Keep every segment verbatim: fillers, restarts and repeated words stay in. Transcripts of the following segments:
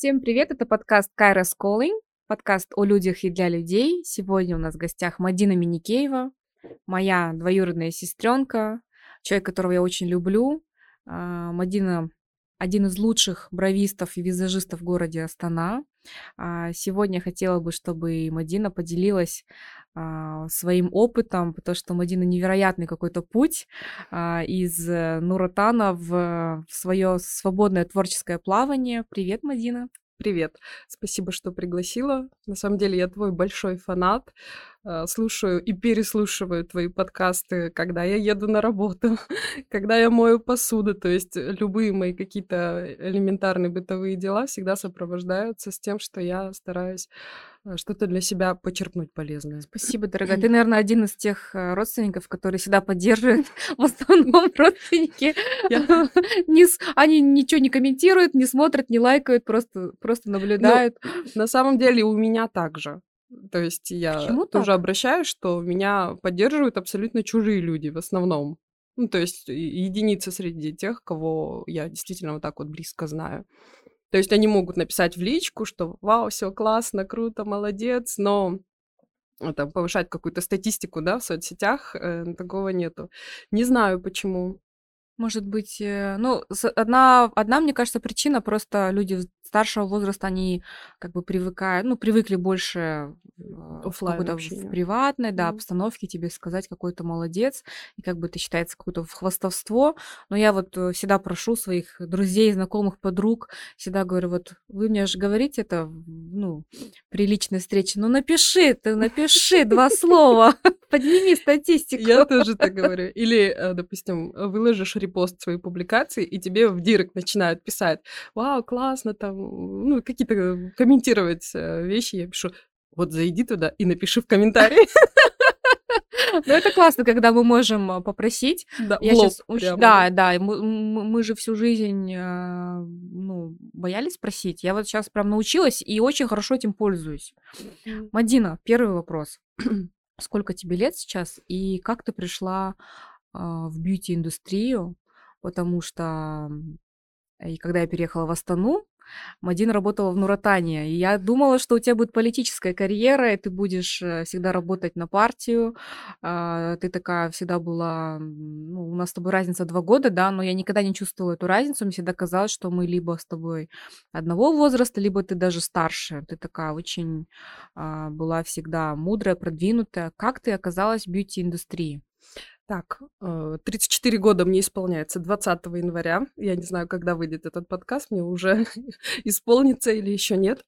Всем привет, это подкаст Kairos Calling, подкаст о людях и для людей. Сегодня у нас в гостях Мадина Миникеева, моя двоюродная сестренка, человек, которого я очень люблю. А, Мадина один из лучших бровистов и визажистов в городе Астана. А, Сегодня я хотела бы, чтобы Мадина поделилась а, своим опытом, потому что у Мадины невероятный какой-то путь а, из э, Нур-Отана в свое свободное творческое плавание. Привет, Мадина. Привет. Спасибо, что пригласила. На самом деле я твой большой фанат. Э, Слушаю и переслушиваю твои подкасты, когда я еду на работу, когда я мою посуду. То есть э, любые мои какие-то элементарные бытовые дела всегда сопровождаются с тем, что я стараюсь э, что-то для себя почерпнуть полезное. Спасибо, дорогая. Ты, наверное, один из тех э, родственников, которые всегда поддерживают. В основном родственники. Я- не с- Они ничего не комментируют, не смотрят, не лайкают, просто, просто наблюдают. На самом деле у меня так же. То есть я Почему тоже так? обращаюсь, что меня поддерживают абсолютно чужие люди в основном. Ну, то есть и- единицы среди тех, кого я действительно вот так вот близко знаю. То есть они могут написать в личку, что вау, все классно, круто, молодец, но э, там повышать какую-то статистику, да, в соцсетях, э, такого нету. Не знаю почему. Может быть, э, ну, с- одна, одна, мне кажется, причина, просто люди вз- старшего возраста, они как бы привыкают, ну, привыкли больше э, в Оффлайн какой-то в общение. приватной, да, Мгм. обстановке тебе сказать, какой то молодец, и как бы это считается какое-то хвастовство. Но я вот э, всегда прошу своих друзей, знакомых, подруг, всегда говорю, вот вы мне же говорите это, в- ну, при личной встрече, ну, напиши, ты напиши два слова, подними статистику. Я тоже так говорю. Или, э, допустим, э, выложишь репост своей публикации, и тебе в директ начинают писать: «Вау, классно!» там, ну, какие-то э, комментировать э, вещи. Я пишу: «Вот зайди туда и напиши в комментарии». Ну, это классно, когда мы можем а, попросить. Да, в Я лоб сейчас прямо, Да, да. да, и мы, м- мы же всю жизнь, а, ну, боялись спросить. Я вот сейчас прям научилась и очень хорошо этим пользуюсь. М. Мадина, первый вопрос. Сколько тебе лет сейчас и как ты пришла а, в бьюти-индустрию? Потому что м, и когда я переехала в Астану, Мадина работала в Нур-Отане, и я думала, что у тебя будет политическая карьера, и ты будешь э, всегда работать на партию. А, Ты такая всегда была... м, Ну, у нас с тобой разница два года, да, но я никогда не чувствовала эту разницу. Мне всегда казалось, что мы либо с тобой одного возраста, либо ты даже старше. Ты такая очень а, была всегда мудрая, продвинутая. Как ты оказалась в бьюти-индустрии? Так, э, тридцать четыре года мне исполняется двадцатого января. Я не знаю, когда выйдет этот подкаст, мне уже исполнится или еще нет.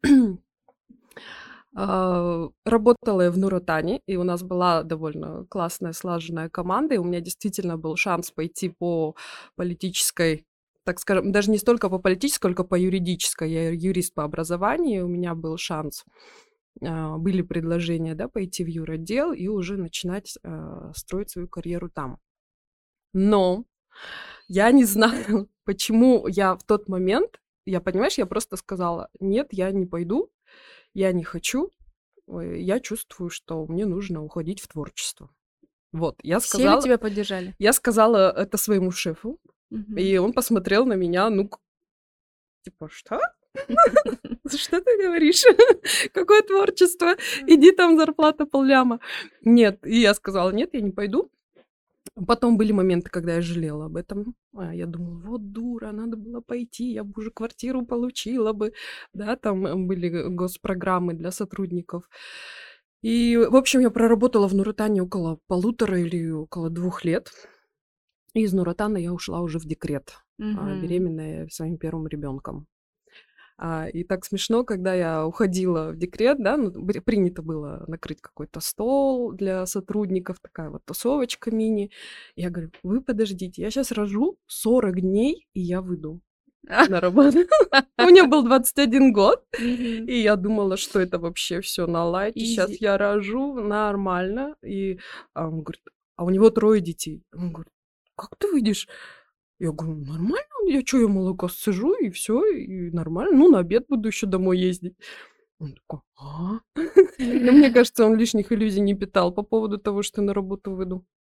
А, Работала я в Нур-Отане, и у нас была довольно классная, слаженная команда, и у меня действительно был шанс пойти по политической, так скажем, даже не столько по политической, сколько по юридической. Я юрист по образованию, у меня был шанс, а, были предложения, да, пойти в юротдел и уже начинать а, строить свою карьеру там. Но я не знаю, почему я в тот момент, я, понимаешь, я просто сказала: нет, я не пойду, я не хочу, ой, я чувствую, что мне нужно уходить в творчество. Вот, я Все ли сказала, тебя поддержали? я сказала это своему шефу, Мгм. и он посмотрел на меня, ну, к- типа, что? Что ты говоришь? Какое творчество? Иди, там зарплата полляма. Нет, и я сказала: нет, я не пойду. Потом были моменты, когда я жалела об этом. А, я думаю: вот дура, надо было пойти, я бы уже квартиру получила бы. Да, там э, были г- госпрограммы для сотрудников. И, в общем, я проработала в Нуротане около полутора или около двух лет. И из Нуротана я ушла уже в декрет, а, Мгм. беременная своим первым ребенком. А, и так смешно, когда я уходила в декрет, да, ну, бри- принято было накрыть какой-то стол для сотрудников, такая вот тусовочка мини. Я говорю: вы подождите, я сейчас рожу сорок дней, и я выйду на работу. Мне был двадцать один год, Мгм. и я думала, что это вообще все на лайте. Сейчас Изи. я рожу нормально. И а он говорит: а у него трое детей. Он говорит: как ты выйдешь? Я говорю: нормально, я чё, я молоко сцежу, и все, и нормально. Ну, на обед буду еще домой ездить. Он такой: а? Ну, мне кажется, он лишних иллюзий не питал по поводу того, что на работу выйду.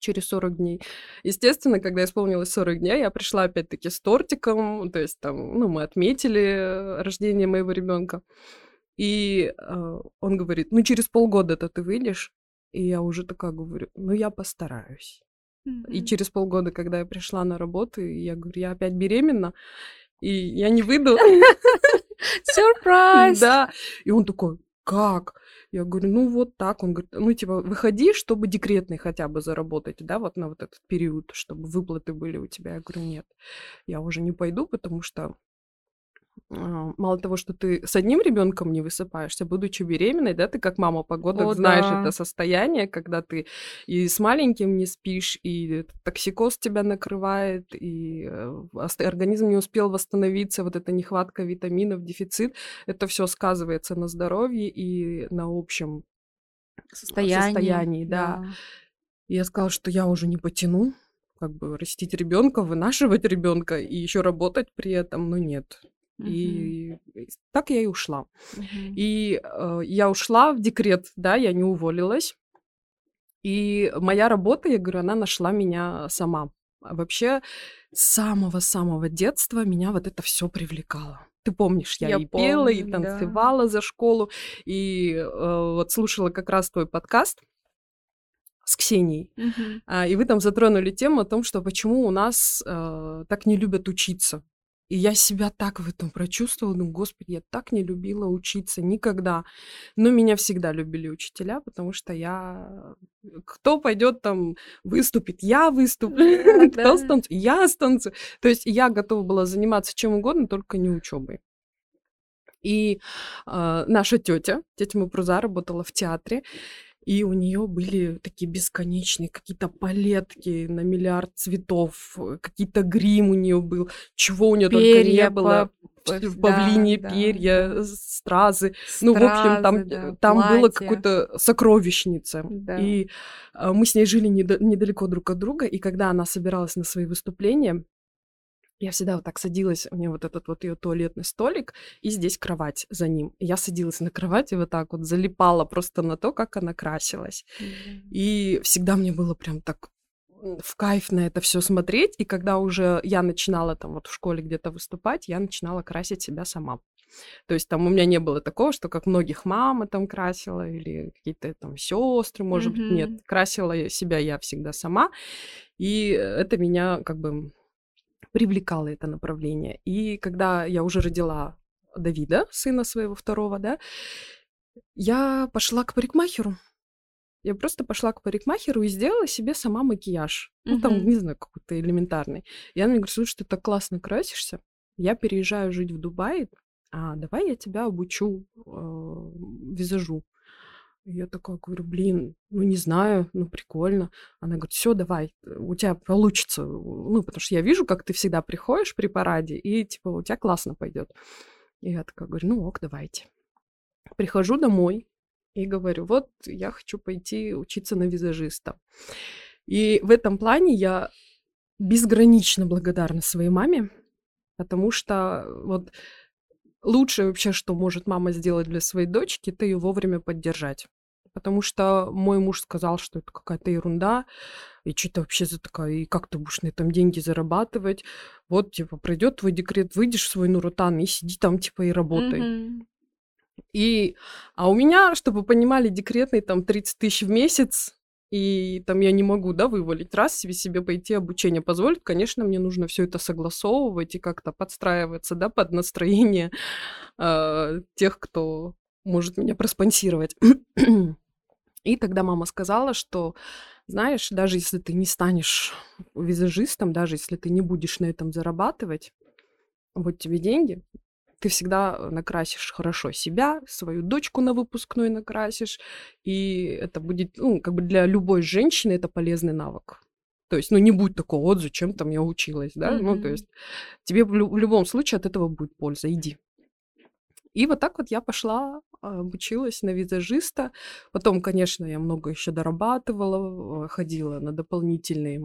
через сорок дней. Естественно, когда исполнилось сорок дней, я пришла опять-таки с тортиком, то есть там, ну, мы отметили рождение моего ребенка. И э, он говорит, ну, через полгода-то ты выйдешь? И я уже такая говорю, ну, я постараюсь. И Мгм. через полгода, когда я пришла на работу, я говорю, я опять беременна, и я не выйду. Сюрприз! Да. И он такой, как? Я говорю, ну вот так. Он говорит, ну типа, выходи, чтобы декретный хотя бы заработать, да, вот на вот этот период, чтобы выплаты были у тебя. Я говорю, нет, я уже не пойду, потому что а, мало того, что ты с одним ребенком не высыпаешься, будучи беременной, да, ты как мама погодок О, знаешь это да. состояние, когда ты и с маленьким не спишь, и токсикоз тебя накрывает, и э, ос- организм не успел восстановиться, вот эта нехватка витаминов, дефицит, это все сказывается на здоровье и на общем э, Состояние, состоянии, да. да. И я сказала, что я уже не потяну, как бы растить ребенка, вынашивать ребенка и еще работать при этом, ну нет. Мгм. И так я и ушла. Мгм. И э, я ушла в декрет, да, я не уволилась. И моя работа, я говорю, она нашла меня сама. А вообще с самого-самого детства меня вот это все привлекало. Ты помнишь, я Я и пела, и помню, да. танцевала за школу, и э, вот слушала как раз твой подкаст с Ксенией. Мгм. А, и вы там затронули тему о том, что почему у нас э, так не любят учиться. И я себя так в этом прочувствовала, думаю, господи, я так не любила учиться никогда. Но меня всегда любили учителя, потому что я... Кто пойдет там выступит, я Да, выступлю. Кто да. станцует, я станцую. То есть я готова была заниматься чем угодно, только не учебой. И а, наша тетя, тетя Мапруза, работала в театре, и у нее были такие бесконечные какие-то палетки на миллиард цветов, э, какие-то грим у нее был, чего у нее только не Перья по было. по Вс- да, Павлиньи да, перья, да. э, стразы. Ну, в общем, там, Стразы, э, да, там было платья. какое-то сокровищница. Да. И а, мы с ней жили недо- недалеко друг от друга, и когда она собиралась на свои выступления, я всегда вот так садилась, у нее вот этот вот ее туалетный столик, и здесь кровать за ним. И я садилась на кровать и вот так вот залипала просто на то, как она красилась. М. И всегда мне было прям так м, в кайф на это все смотреть. И когда уже я начинала там вот в школе где-то выступать, я начинала красить себя сама. То есть там у меня не было такого, что как многих мама там красила или какие-то там сестры, может быть, нет. Мгм. Красила я себя я всегда сама. И это меня как бы привлекало это направление. И когда я уже родила Давида, сына своего второго, да, я пошла к парикмахеру. Я просто пошла к парикмахеру и сделала себе сама макияж. Ну, там, Мгм. не знаю, какой-то элементарный. И она мне говорит, слушай, ты так классно красишься. Я переезжаю жить в Дубай, а давай я тебя обучу э, визажу. И я такая говорю, блин, ну не знаю, ну прикольно. Она говорит, все, давай, э, у тебя получится. Ну, потому что я вижу, как ты всегда приходишь при параде, и типа у тебя классно пойдет. И я такая говорю, ну ок, давайте. Прихожу домой и говорю, вот я хочу пойти учиться на визажиста. И в этом плане я безгранично благодарна своей маме, потому что вот лучшее вообще, что может мама сделать для своей дочки, это ее вовремя поддержать. Потому что мой муж сказал, что это какая-то ерунда, и что то вообще за такая, и как ты будешь на этом деньги зарабатывать? Вот, типа, пройдет твой декрет, выйдешь в свой Нуротан и сиди там, типа, и работай. Мгм. И, а у меня, чтобы вы понимали, декретный там тридцать тысяч в месяц, и там я не могу, да, вывалить раз себе себе пойти обучение позволит. Конечно, мне нужно все это согласовывать и как-то подстраиваться, да, под настроение а, тех, кто может меня проспонсировать. И тогда мама сказала, что, знаешь, даже если ты не станешь визажистом, даже если ты не будешь на этом зарабатывать, вот тебе деньги, ты всегда э, накрасишь хорошо себя, свою дочку на выпускной накрасишь, и это будет, ну, как бы для любой женщины это полезный навык. То есть, ну, не будет такого, вот зачем там я училась, да, ну, то Мгм. есть тебе в, лю- в любом случае от этого будет польза, иди. И вот так вот я пошла, а, обучилась на визажиста. Потом, конечно, я много еще дорабатывала, э, ходила на дополнительные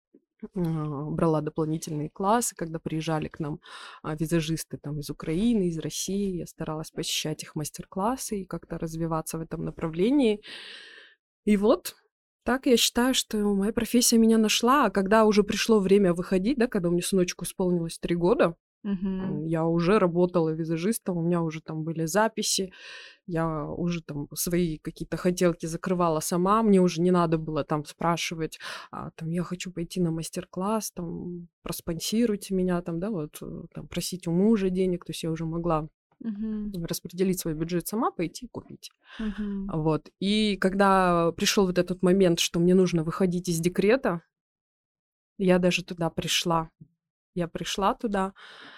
а, брала дополнительные классы, когда приезжали к нам а, визажисты там из Украины, из России. Я старалась посещать их мастер-классы и как-то развиваться в этом направлении. И вот Так я считаю, что моя профессия меня нашла, а когда уже пришло время выходить, да, когда мне сыночку исполнилось три года, Мгм. м, я уже работала визажистом, у меня уже там были записи, я уже там свои какие-то хотелки закрывала сама, мне уже не надо было там спрашивать, а, там, я хочу пойти на мастер-класс, там, проспонсируйте меня, там, да, вот, э, там, просить у мужа денег, то есть я уже могла Мгм. распределить свой бюджет сама, пойти и купить. Мгм. Вот. И когда пришел вот этот момент, что мне нужно выходить из декрета, я даже туда пришла. Я пришла туда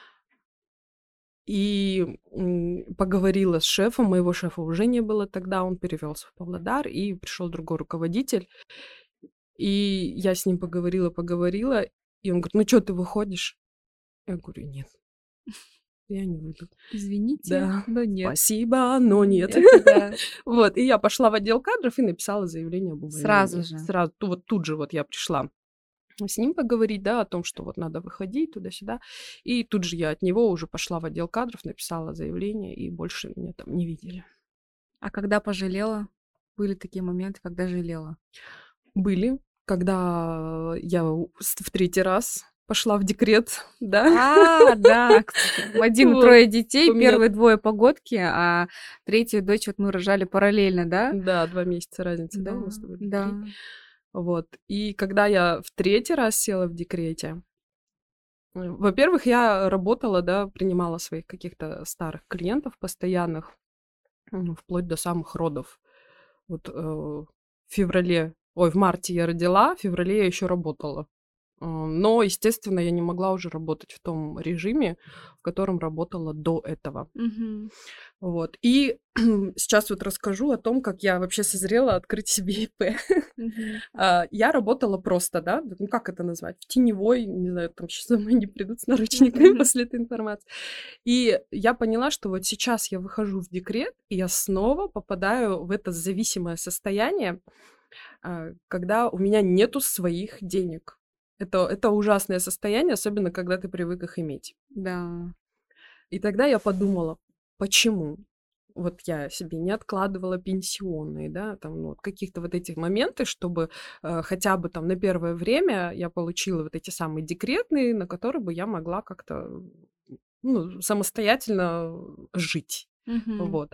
и м, поговорила с шефом. Моего шефа уже не было тогда, он перевелся в Павлодар, и пришел другой руководитель. И я с ним поговорила, поговорила, и он говорит, ну что, ты выходишь? Я говорю, нет, я не выйду. Извините, Да, но нет. спасибо, но нет. Нет, да. Вот, и я пошла в отдел кадров и написала заявление об Сразу увольнении. же. Сразу, ту- вот тут же вот я пришла с ним поговорить, да, о том, что вот надо выходить туда-сюда. И тут же я от него уже пошла в отдел кадров, написала заявление, и больше меня там не видели. А когда пожалела? Были такие моменты, когда жалела? Были, когда я у- с- в третий раз пошла в декрет, да. А, да, кстати, один Вот. трое детей, У меня, первые двое погодки, а третью дочь вот мы рожали параллельно, да? да, два месяца разницы, да, Да, у нас с тобой, или да. три. Вот. И когда я в третий раз села в декрете, э, во-первых, я работала, да, принимала своих каких-то старых клиентов постоянных, ну, вплоть до самых родов. Вот э, в феврале, ой, в марте я родила, в феврале я еще работала. Э, Но, естественно, я не могла уже работать в том режиме, в котором работала до этого. Мгм. Вот. И сейчас вот расскажу о том, как я вообще созрела открыть себе ИП. Мгм. А, Я работала просто, да, ну как это назвать, в теневой, не знаю, там сейчас за мной не придут с наручниками Мгм. после этой информации. И я поняла, что вот сейчас я выхожу в декрет, и я снова попадаю в это зависимое состояние, а, когда у меня нету своих денег. Это, это ужасное состояние, особенно когда ты привык их иметь. Да. И тогда я подумала, почему? Вот я себе не откладывала пенсионные, да, там, ну, вот каких-то вот этих моменты, чтобы э, хотя бы там на первое время я получила вот эти самые декретные, на которые бы я могла как-то, ну, самостоятельно жить. Мгм. Вот.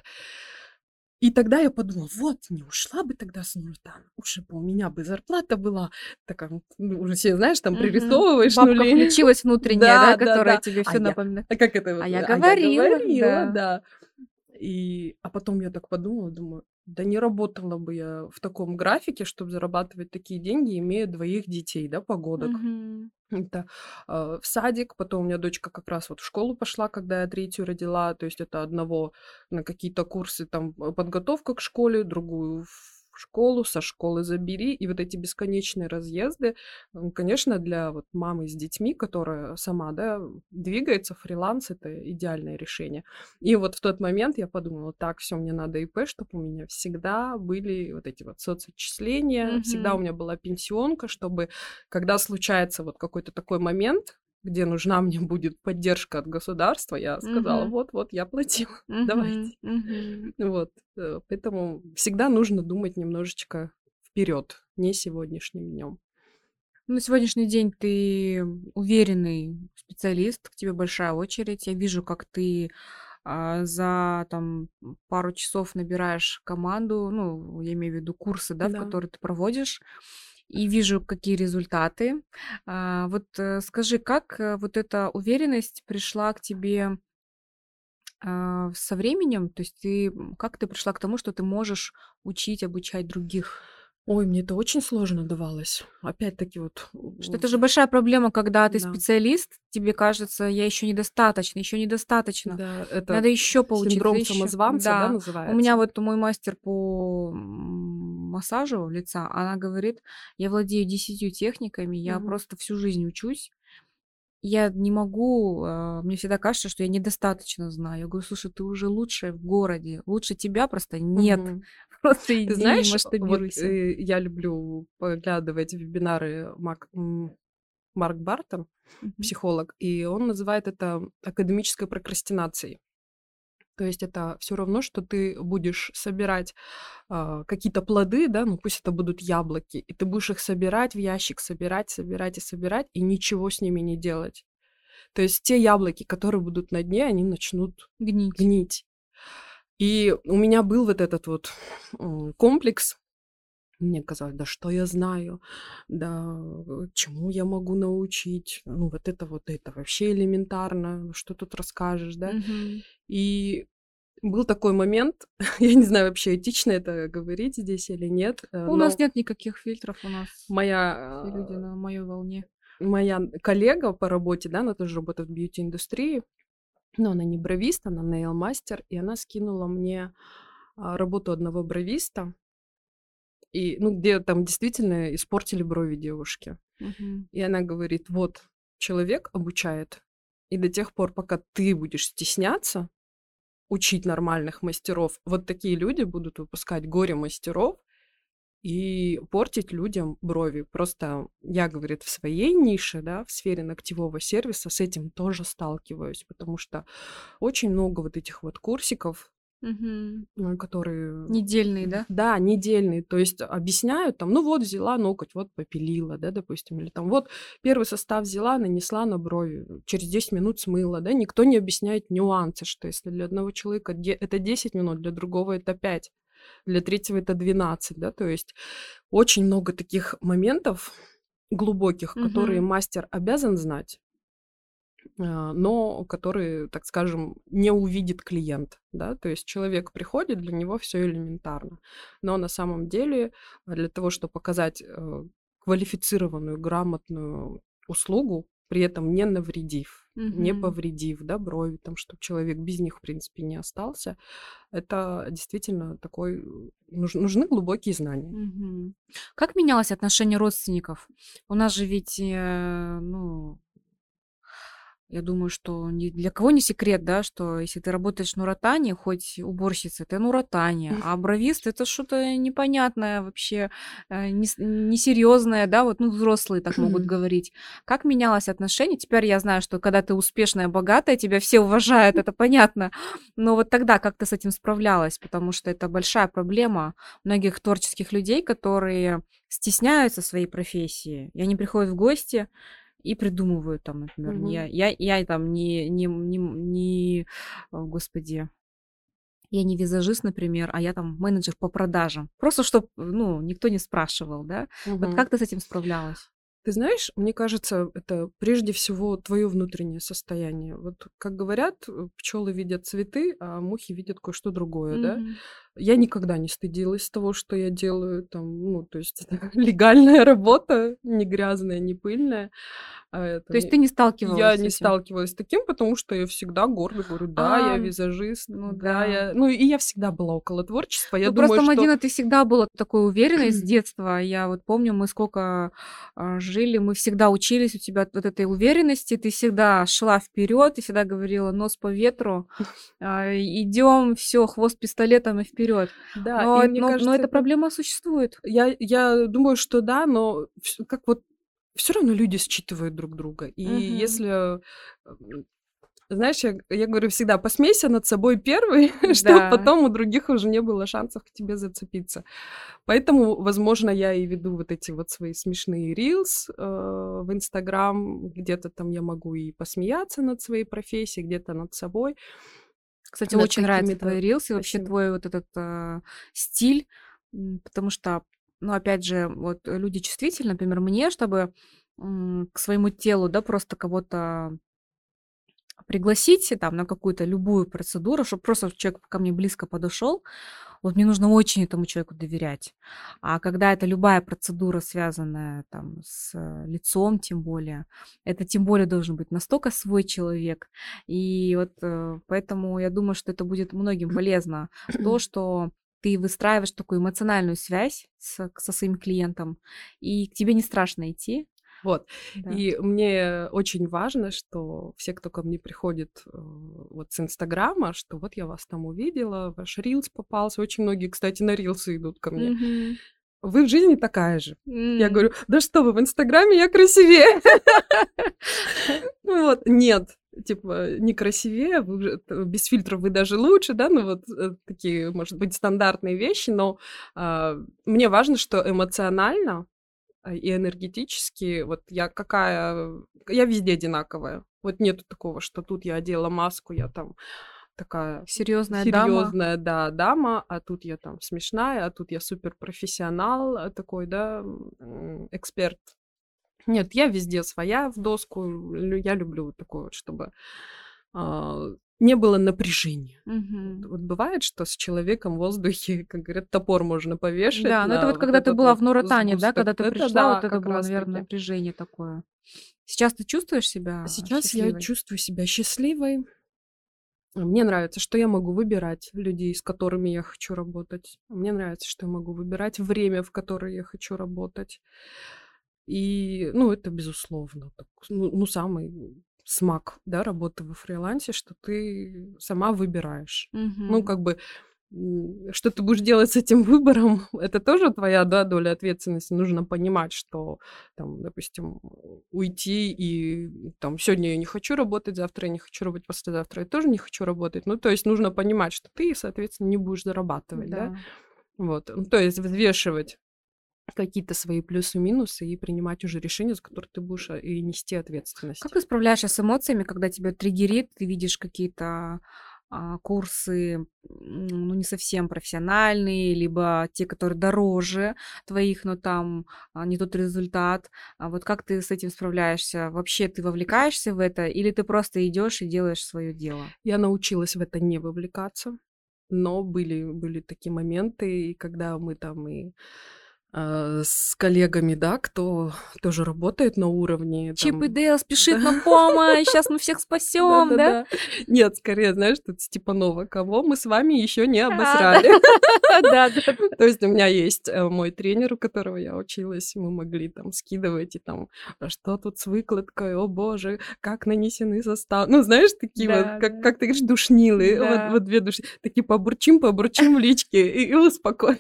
И тогда я подумала, вот, не ушла бы тогда с Нуртана, уже бы у меня бы зарплата была такая, вот, ну, уже все, знаешь, там Мгм. пририсовываешь Бабка нули. включилась внутренняя, да, Да, да, которая да. тебе А все я, напоминает. а как это А вот, я э, а я говорила, говорила, да. да. И, а потом я так подумала, думаю, да не работала бы я в таком графике, чтобы зарабатывать такие деньги, имея двоих детей, да, погодок. Мгм. Это а, в садик, потом у меня дочка как раз вот в школу пошла, когда я третью родила, то есть это одного на какие-то курсы, там, э, подготовка к школе, другую в школу, со школы забери, и вот эти бесконечные разъезды, м, конечно, для вот мамы с детьми, которая сама, да, двигается, фриланс — это идеальное решение. И вот в тот момент я подумала, так, все, мне надо ИП, чтобы у меня всегда были вот эти вот соцотчисления, всегда у Мгм. меня была пенсионка, чтобы когда случается вот какой-то такой момент, где нужна мне будет поддержка от государства, я сказала: Мгм. "Вот-вот, я платила, Мгм. давайте". Мгм. Вот, э, поэтому всегда нужно думать немножечко вперед, не сегодняшним днем. Ну, на сегодняшний день ты уверенный специалист, к тебе большая очередь. Я вижу, как ты а, за там пару часов набираешь команду, ну, я имею в виду курсы, да, в Да. которые ты проводишь, и вижу, какие результаты. А, вот э, скажи, как э, вот эта уверенность пришла к тебе а, со временем? То есть ты м, как ты пришла к тому, что ты можешь учить, обучать других? Ой, мне это очень сложно давалось. Опять-таки вот, Что м, это же большая проблема, когда ты да, специалист, тебе кажется, я еще недостаточно, еще недостаточно. да, это Надо еще поучиться, синдром еще. самозванца, да, Да, у меня называется? вот мой мастер по м, массажу лица, она говорит, я владею десятью техниками, я Мгм, просто всю жизнь учусь. Я не могу, а, мне всегда кажется, что я недостаточно знаю. Я говорю, слушай, ты уже лучшая в городе, лучше тебя просто нет. мгм. Просто Ты иди и знаешь, вот, масштабируйся. э, я люблю поглядывать в вебинары Мак м, Марк Бартон, Мгм. психолог, и он называет это академической прокрастинацией. То есть это все равно, что ты будешь собирать а, какие-то плоды, да, ну пусть это будут яблоки, и ты будешь их собирать в ящик, собирать, собирать и собирать, и ничего с ними не делать. То есть те яблоки, которые будут на дне, они начнут Гнить. гнить. И у меня был вот этот вот м, комплекс. Мне казалось, да что я знаю, да э, чему я могу научить, ну вот это вот это вообще элементарно, что тут расскажешь, да. Мгм. И был такой момент, я не знаю вообще, этично это говорить здесь или нет, э, У нас но нет никаких фильтров, у нас моя, все люди на моей волне. э, моя коллега по работе, да, она тоже работает в бьюти-индустрии, но она не бровист, она нейл-мастер, и она скинула мне а, работу одного бровиста, и, ну, где там действительно испортили брови девушки. Мгм. И она говорит, вот, человек обучает, и до тех пор, пока ты будешь стесняться учить нормальных мастеров, вот такие люди будут выпускать горе-мастеров и портить людям брови. Просто я, говорит, в своей нише, да, в сфере ногтевого сервиса с этим тоже сталкиваюсь, потому что очень много вот этих вот курсиков, Мгм. э, которые, Недельный, да? да, недельные, то есть объясняют там, ну вот взяла ноготь, вот попилила, да, допустим, или там вот первый состав взяла, нанесла на брови, через десять минут смыла, да, никто не объясняет нюансы, что если для одного человека де- это десять минут, для другого это пять, для третьего это двенадцать, да, то есть очень много таких моментов глубоких, которые Мгм. мастер обязан знать, а, но которые, так скажем, не увидит клиент, да, то есть человек приходит, для него все элементарно, но на самом деле а, для того, чтобы показать э, квалифицированную, грамотную услугу, при этом не навредив, не Мгм. повредив, да, брови, там, чтобы человек без них, в принципе, не остался, это действительно такой, м, нуж- нужны глубокие знания. Мгм. Как менялось отношение родственников? У нас же ведь, э, ну, я думаю, что ни для кого не секрет, да, что если ты работаешь в Нуратане, хоть уборщица, ты Нуратане, а бровист это что-то непонятное вообще, э, нес- несерьезное, да, вот, ну, взрослые так могут говорить. Как менялось отношение? Теперь я знаю, что когда ты успешная, богатая, тебя все уважают, это понятно. Но вот тогда как ты с этим справлялась? Потому что это большая проблема многих творческих людей, которые стесняются своей профессии, и они приходят в гости, и придумывают там, например, не Мгм. я я я там не не не не, о, господи, я не визажист, например, а я там менеджер по продажам. Просто чтоб, ну, никто не спрашивал, да. Вот Мгм. как ты с этим справлялась? Ты знаешь, мне кажется, это прежде всего твое внутреннее состояние. Вот как говорят, э, пчелы видят цветы, а мухи видят кое-что другое, да? Мгм. Я никогда не стыдилась того, что я делаю, там, ну, то есть это легальная работа, не грязная, не пыльная. А это То есть мне- ты не сталкивалась Я с не этим? сталкивалась с таким, потому что я всегда гордо говорю, да, А, я н визажист, ну да, да. я... Ну, и я всегда была около творчества. Я Ну, думаю, просто, что... Мадина, ты всегда была такой уверенной с детства. Я вот помню, мы сколько, а, жили, мы всегда учились, у тебя вот этой уверенности, ты всегда шла вперед, ты всегда говорила: "Нос по ветру, а, идем, все, хвост пистолетом и вперед". Да, Но и эт мне но но кажется, эта это... проблема существует. Я я думаю, что да, но вс как вот все равно люди считывают друг друга. И Мгм. если, м, знаешь, я я говорю всегда: посмейся над собой первый, чтобы Да. потом у других уже не было шансов к тебе зацепиться. Поэтому, возможно, я и веду вот эти вот свои смешные рилс, э, в "Инстаграм". Где-то там я могу и посмеяться над своей профессией, где-то над собой, Кстати, над очень нравятся какими-то... твои рилсы, вообще Спасибо. твой вот этот, а, стиль, м, потому что, ну, опять же, вот люди чувствительны, например, мне, чтобы, м, к своему телу, да, просто кого-то пригласить там на какую-то любую процедуру, чтобы просто человек ко мне близко подошел. Вот мне нужно очень этому человеку доверять. А когда это любая процедура, связанная там с э, лицом, тем более, это тем более должен быть настолько свой человек. И вот э, поэтому я думаю, что это будет многим полезно. То, что ты выстраиваешь такую эмоциональную связь с- со своим клиентом, и к тебе не страшно идти. Вот. Да. И мне очень важно, что все, кто ко мне приходит, э, вот с "Инстаграма", что вот я вас там увидела, ваш рилс попался. Очень многие, кстати, на рилсы идут ко мне. Мгм. Вы в жизни такая же. Я М. говорю: "Да что вы, в "Инстаграме" я красивее". Вот. Нет, типа, не красивее, вы уже т без фильтров вы даже лучше, да, ну вот, э, такие, может быть, стандартные вещи, но, а, мне важно, что эмоционально, а, и энергетически вот я какая я везде одинаковая. Вот нету такого, что тут я одела маску, я там такая Серьезная дама. серьезная, да, дама, а тут я там смешная, а тут я суперпрофессионал, а, такой, да, м, эксперт. Нет, я везде своя в доску. Лю я люблю вот такое вот, чтобы, а, не было напряжения. Вот Мгм. вот бывает, что с человеком в воздухе, как говорят, топор можно повешать Да, но это на вот вот когда ты этот была вот в Нуротане, да, сгусток. когда ты Это пришла, да, вот это как было, раз наверное, таки. напряжение такое. Сейчас ты чувствуешь А себя сейчас я счастливой? чувствую себя счастливой. Мне нравится, что я могу выбирать людей, с которыми я хочу работать. Мне нравится, что я могу выбирать время, в которое я хочу работать. И, ну, это безусловно, так, ну ну, самый смак, да, работы во фрилансе, что ты сама выбираешь. Ну, Мгм. как бы, м, что ты будешь делать с этим выбором, это тоже твоя, да, доля ответственности. Нужно понимать, что там, допустим, уйти и там сегодня я не хочу работать, завтра я не хочу работать, послезавтра я тоже не хочу работать. Ну, то есть нужно понимать, что ты, соответственно, не будешь зарабатывать, да. Да. Вот, ну, то есть взвешивать какие-то свои плюсы-минусы и принимать уже решения, за которые ты будешь, а, и нести Как ответственность. ты справляешься с эмоциями, когда тебя триггерит, ты видишь какие-то, а, курсы, м, ну, не совсем профессиональные, либо те, которые дороже твоих, но там, а, не тот результат. А вот как ты с этим справляешься? Вообще ты вовлекаешься в это или ты просто идешь и делаешь свое дело? Я научилась в это не вовлекаться, но были были такие моменты, и когда мы там и, а, с коллегами, да, кто тоже работает на уровне, Чип и там, Дейл спешит да, на помощь, сейчас мы всех спасем, да? да-да-да. Нет, скорее, знаешь, тут Степанова: "Кого мы с вами еще не А, да. обосрали?" Да-да-да. То есть у меня есть, э, мой тренер, у которого я училась, мы могли там скидывать и там: "А что тут с выкладкой? О боже, как нанесены составы?" Ну, знаешь, такие вот, Да, как да. как ты говоришь, душнилы, вот Да. вот две души, такие побурчим побурчим в личке и и успокой.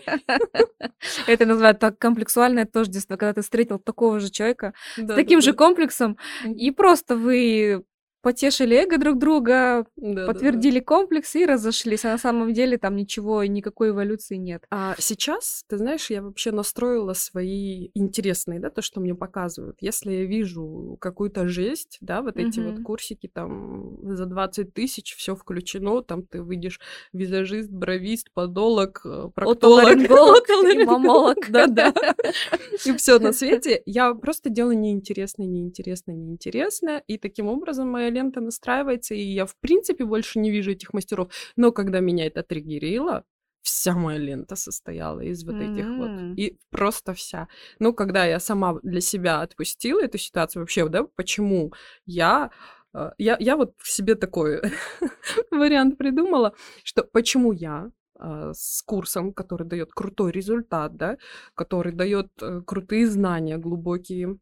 Это называют так комплексуальное тождество, когда ты встретил такого же человека с таким же Да-да-да. комплексом, и Мгм. просто вы потешили эго друг друга, Да-да-да. подтвердили комплекс и разошлись, а на самом деле там ничего, никакой эволюции нет. А сейчас, ты знаешь, я вообще настроила свои интересные, да, то, что мне показывают. Если я вижу какую-то жесть, да, вот эти вот Мгм. курсики там за двадцать тысяч, все включено, там ты выйдешь визажист, бровист, подолог, э, проктолог, Отоларинголог и отоларинголог, мамолог. да-да, и все на свете. Я просто делаю неинтересное, неинтересное, неинтересное, и таким образом моя лента настраивается, и я, в принципе, больше не вижу этих мастеров. Но когда меня это триггерило, вся моя лента состояла из вот этих вот, М. и просто вся. Ну, когда я сама для себя отпустила эту ситуацию, вообще, да, почему я, а, я, я вот себе такой вариант придумала, что почему я а, с курсом, который дает крутой результат, да, который дает э, крутые знания, глубокие,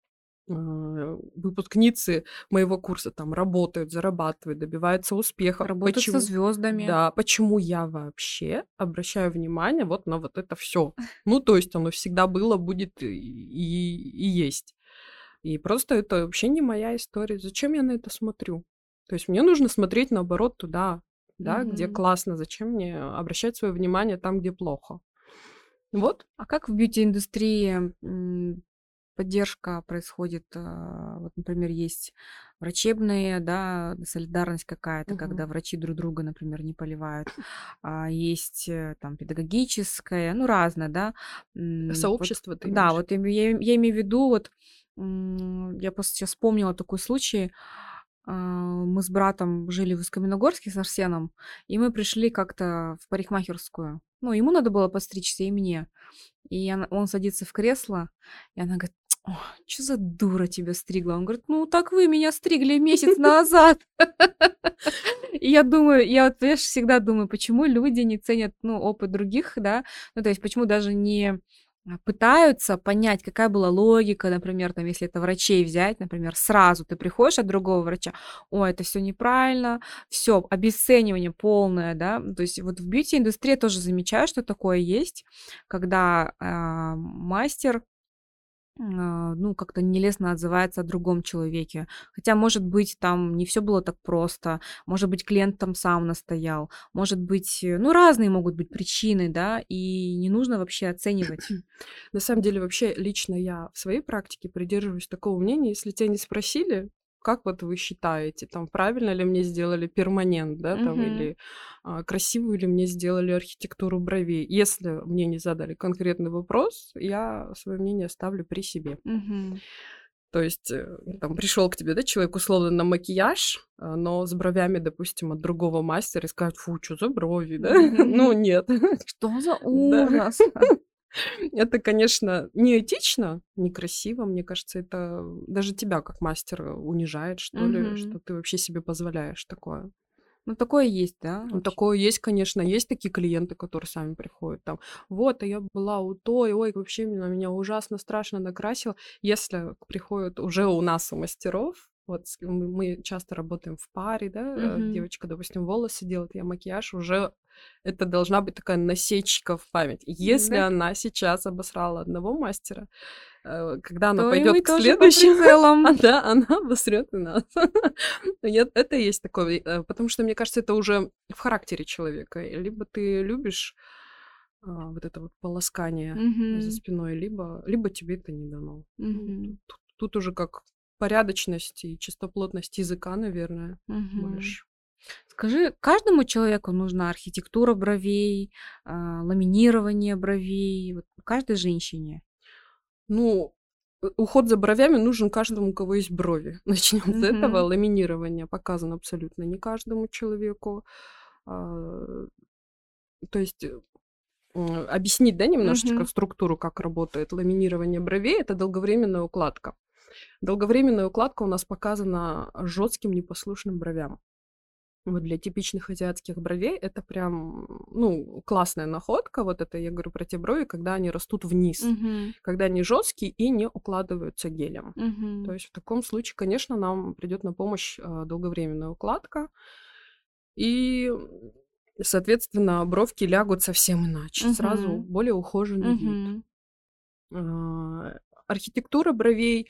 а, выпускницы моего курса там работают, зарабатывают, добиваются успеха. Работать со Почему? звездами. Да, почему я вообще обращаю внимание вот на вот это все? Ну, то есть оно всегда было, будет и, и, и есть. И просто это вообще не моя история. Зачем я на это смотрю? То есть мне нужно смотреть наоборот туда, да, где Мгм. классно. Зачем мне обращать свое внимание там, где плохо? Вот. А как в бьюти-индустрии, м, поддержка происходит? А, вот, например, есть врачебные, да, солидарность какая-то, Мгм. когда врачи друг друга, например, не поливают. А есть, э, там педагогическая, ну, разное, да. М, вот, Сообщество ты да, имеешь в вот виду? я име я им я имею в виду, вот, м, я просто сейчас вспомнила такой случай. А, мы с братом жили в Усть-Каменогорске с Арсеном, и мы пришли как-то в парикмахерскую. Ну, ему надо было подстричься, и мне. И она он садится в кресло, и она говорит: "О, чё за дура тебя стригла?" Он говорит: "Ну, так вы меня стригли месяц назад". И я думаю, я вот, знаешь, всегда думаю, почему люди не ценят, ну, опыт других, да. Ну, то есть почему даже не, а, пытаются понять, какая была логика, например, там, если это врачей взять, например, сразу ты приходишь от другого врача: "Ой, это все неправильно", все обесценивание полное, да. То есть вот в бьюти-индустрии я тоже замечаю, что такое есть, когда, а, мастер а, ну, как-то нелестно отзывается о другом человеке. Хотя, может быть, там не все было так просто. Может быть, клиент там сам настоял. Может быть, э, ну, разные могут быть причины, да, и не нужно вообще оценивать. На самом деле, вообще, лично я в своей практике придерживаюсь такого мнения, если тебя не спросили, как вот вы считаете, там, правильно ли мне сделали перманент, да, там, Мгм. или а, красивую ли мне сделали архитектуру бровей. Если мне не задали конкретный вопрос, я свое мнение ставлю при себе. Мгм. То есть, э, там пришел к тебе, да, человек условно на макияж, а, но с бровями, допустим, от другого мастера и скажет: "Фу, что за брови", да? Ну, Мгм. нет. Что за Да. ужас! Это, конечно, неэтично, некрасиво. Мне кажется, это даже тебя как мастера унижает, что ли, Мгм. что ты вообще себе позволяешь такое. Ну, такое есть, да, Ну, вообще? такое есть, конечно. Есть такие клиенты, которые сами приходят там: "Вот, а я была у той, ой, вообще она меня ужасно страшно накрасила". Если приходят уже у нас, у мастеров, вот с мы мы часто работаем в паре, да, э, Мгм. девочка, допустим, волосы делает, я макияж, уже это должна быть такая насечка в память. Если Да. она сейчас обосрала одного мастера, э, когда она То и пойдет мы к тоже под следующему, а, прицелом. да, она обосрет и нас. Нет, это есть такое, э, потому что, мне кажется, это уже в характере человека. И либо ты любишь, а, вот это вот полоскание за Мгм. спиной, либо либо тебе это не дано. Ну, тут Мгм. тут тут уже как порядочность и чистоплотность языка, наверное, Мгм. больше. Скажи, каждому человеку нужна архитектура бровей, а, ламинирование бровей, вот каждой женщине? Ну, э, уход за бровями нужен каждому, у кого есть брови. Начнем с этого. Мгм. Ламинирование показано абсолютно не каждому человеку. А, то есть, э, м, объяснить, да, немножечко Мгм. структуру, как работает ламинирование бровей. Это долговременная укладка. Долговременная укладка у нас показана жестким непослушным бровям. Вот для типичных азиатских бровей это прям, ну, классная находка. Вот это я говорю про те брови, когда они растут вниз, Мгм. когда они жесткие и не укладываются гелем. То Мгм. есть в таком случае, конечно, нам придет на помощь а, долговременная укладка, и, м, соответственно, бровки лягут совсем иначе, сразу Мгм. более ухоженный вид. Мгм. А, Архитектура бровей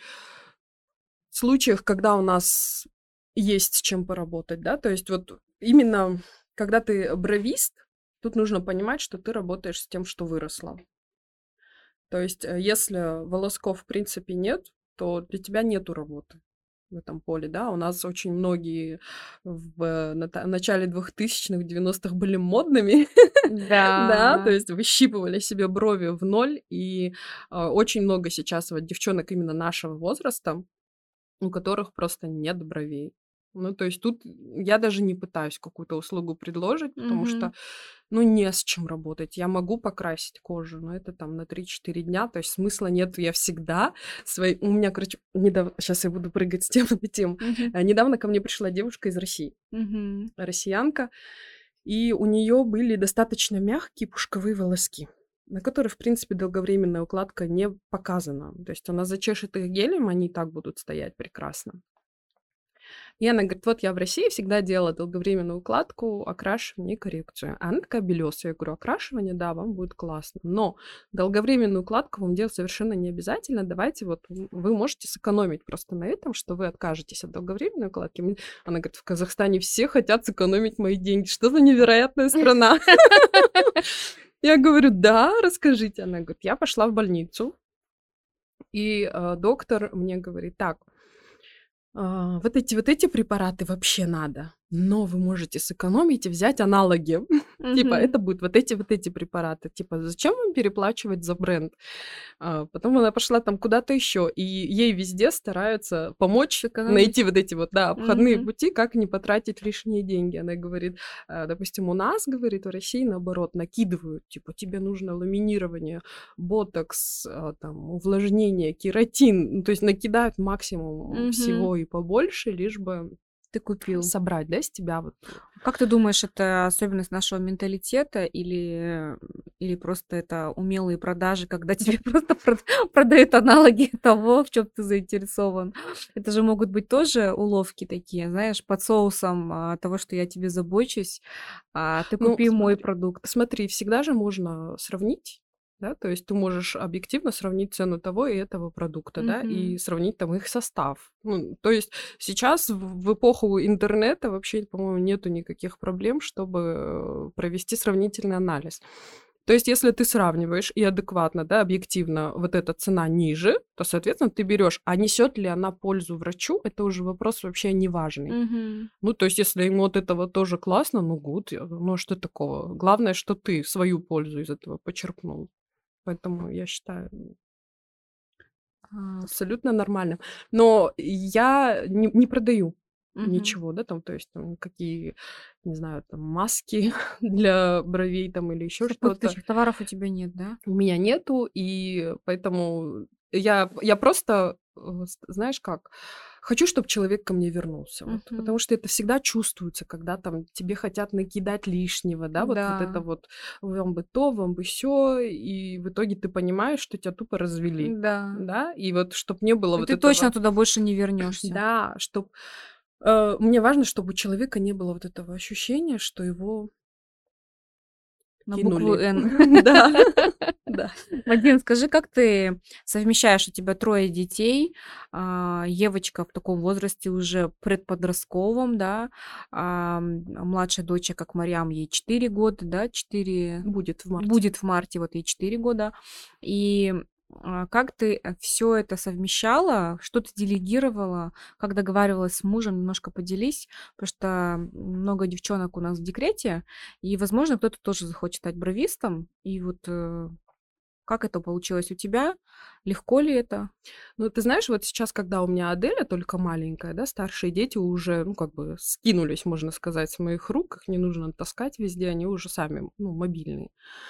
в случаях, когда у нас есть с чем поработать, да, то есть вот именно когда ты бровист, тут нужно понимать, что ты работаешь с тем, что выросло. То есть, э, если волосков в принципе нет, то для тебя нету работы в этом поле, да. У нас очень многие в ната начале двухтысячных, в девяностых были модными, да, то Да. есть выщипывали себе брови в ноль, и, а, очень много сейчас вот девчонок именно нашего возраста, у которых просто нет бровей. Ну, то есть тут я даже не пытаюсь какую-то услугу предложить, потому Мгм. что, ну, не с чем работать. Я могу покрасить кожу, но это там на три-четыре дня, то есть смысла нет. Я всегда свои... У меня, короче, недавно... Сейчас я буду прыгать с темы на тему. Мгм. А, Недавно ко мне пришла девушка из России, Мгм. россиянка, и у нее были достаточно мягкие пушковые волоски, на которые, в принципе, долговременная укладка не показана. То есть она зачешет их гелем, они и так будут стоять прекрасно. И она говорит: "Вот я в России всегда делала долговременную укладку, окрашивание и коррекцию". А она такая белёсая. Я говорю: "Окрашивание, да, вам будет классно, но долговременную укладку вам делать совершенно не обязательно. Давайте вот в вы можете сэкономить просто на этом, что вы откажетесь от долговременной укладки". М Она говорит: "В Казахстане все хотят сэкономить мои деньги. Что за невероятная страна?" Я говорю: "Да, расскажите". Она говорит: "Я пошла в больницу, и, э, доктор мне говорит: "Так, А, вот эти вот эти препараты вообще надо, но вы можете сэкономить и взять аналоги. Типа, Мгм. это будут вот эти вот эти препараты. Типа, зачем вам переплачивать за бренд?" А, потом она пошла там куда-то еще, и ей везде стараются помочь найти Сэкономить. вот эти вот, да, обходные Мгм. пути, как не потратить лишние деньги. Она говорит, а, допустим, у нас, говорит, в России, наоборот, накидывают, типа, тебе нужно ламинирование, ботокс, а, там, увлажнение, кератин. Ну, то есть накидают максимум Мгм. всего и побольше, лишь бы Ты купил. собрать, да, с тебя вот. Как ты думаешь, это особенность нашего менталитета или, или просто это умелые продажи, когда тебе просто прод- продают аналоги того, в чем ты заинтересован? Это же могут быть тоже уловки такие, знаешь, под соусом а, того, что я тебе забочусь, а ты Ну, купи мой смотри, продукт. смотри, всегда же можно сравнить. Да, то есть ты можешь объективно сравнить цену того и этого продукта, да, и Мгм. сравнить там их состав. Ну, то есть сейчас в в эпоху интернета вообще, по-моему, нету никаких проблем, чтобы э, провести сравнительный анализ. То есть если ты сравниваешь и адекватно, да, объективно вот эта цена ниже, то, соответственно, ты берешь. А несет ли она пользу врачу, это уже вопрос вообще неважный. Мгм. Ну, то есть если ему от этого тоже классно, ну, гуд, ну, а что такого? Главное, что ты свою пользу из этого почерпнул. Поэтому я считаю А, с абсолютно нормальным. Но я не не продаю Мгм. ничего, да, там, то есть там какие, не знаю, там маски для бровей там или еще что-то. Сопутствующих товаров у тебя нет, да? У меня нету, и поэтому я я просто, э, с знаешь как, хочу, чтобы человек ко мне вернулся, вот. Мгм. Потому что это всегда чувствуется, когда там тебе хотят накидать лишнего, да, вот вот это Да, вот: "Вам бы то, вам бы сё", и в итоге ты понимаешь, что тебя тупо развели, да. да. И вот чтоб не было И вот ты точно этого, туда больше не вернешься. да, чтоб, э, мне важно, чтобы у человека не было вот этого ощущения, что его На букву кинули. "Н". Да, да. Мадин, скажи, как ты совмещаешь, у тебя трое детей, а, Евочка в таком возрасте уже предподростковом, да, ам, а младшая дочь, как Марьям, ей четыре года, да, четыре Будет в марте. будет в марте, вот ей четыре года. И, а, как ты, все это совмещала? Что ты делегировала? Как договаривалась с мужем? Немножко поделись, потому что много девчонок у нас в декрете, и, возможно, кто-то тоже захочет стать бровистом. И вот, э, как это получилось у тебя? Легко ли это? Ну, ты знаешь, вот сейчас, когда у меня Аделя только маленькая, да, старшие дети уже, ну, как бы скинулись, можно сказать, с моих рук, их не нужно таскать везде, они уже сами, ну, мобильные.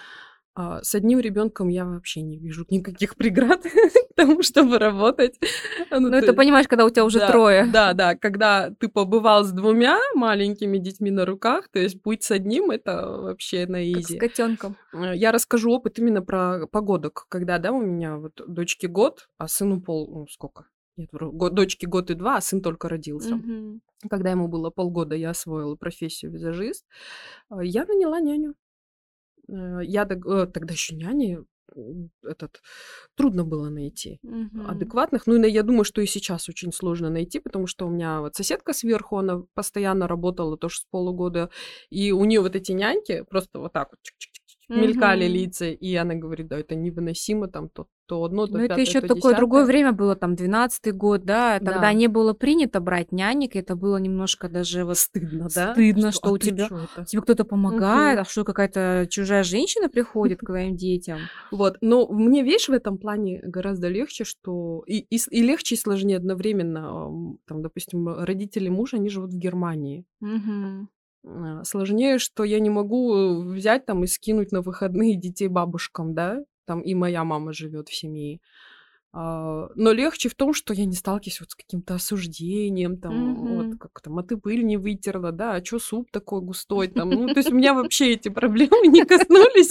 А, с одним ребенком я вообще не вижу никаких преград к тому, чтобы работать. Ну, Ну, то это есть, понимаешь, когда у тебя уже да, трое. да, да, когда ты побывал с двумя маленькими детьми на руках, то есть быть с одним — это вообще на Как с изи. котенком. Э, я расскажу опыт именно про погодок, когда, да, у меня вот дочке год, а сыну пол ну, сколько? Нет, вру, го дочке год и два, а сын только родился. Мгм. Когда ему было полгода, я освоила профессию визажист. А, я наняла няню. Э, я дог э, тогда еще няни, м, этот, трудно было найти Мгм. адекватных. Ну, и на я думаю, что и сейчас очень сложно найти, потому что у меня вот соседка сверху, она постоянно работала тоже с полугода, и у нее вот эти няньки просто вот так вот чик-чик-чик-чик мелькали Мгм. лица, и она говорит: "Да, это невыносимо, там то то одно, то Ну, это пятое, еще то такое другое десятое". время было, там двенадцатый год, да. Тогда Да, не было принято брать нянек. Это было немножко даже вот стыдно, да? стыдно, Что: "А что у ты тебя чё это?" тебе кто-то помогает, Мгм. а что какая-то чужая женщина приходит к твоим детям. Вот, но мне, видишь, в этом плане гораздо легче, что и и с и легче, и сложнее одновременно. Ам, там, допустим, родители мужа, они живут в Германии. Мгм. А, сложнее, что я не могу, э, взять там и скинуть на выходные детей бабушкам, да, там и моя мама живет в семье. А, но легче в том, что я не сталкиваюсь вот с каким-то осуждением, там, вот Мгм. как там: "А ты пыль не вытерла", да, "А чё суп такой густой?" Там, ну, то есть у меня вообще эти проблемы не коснулись.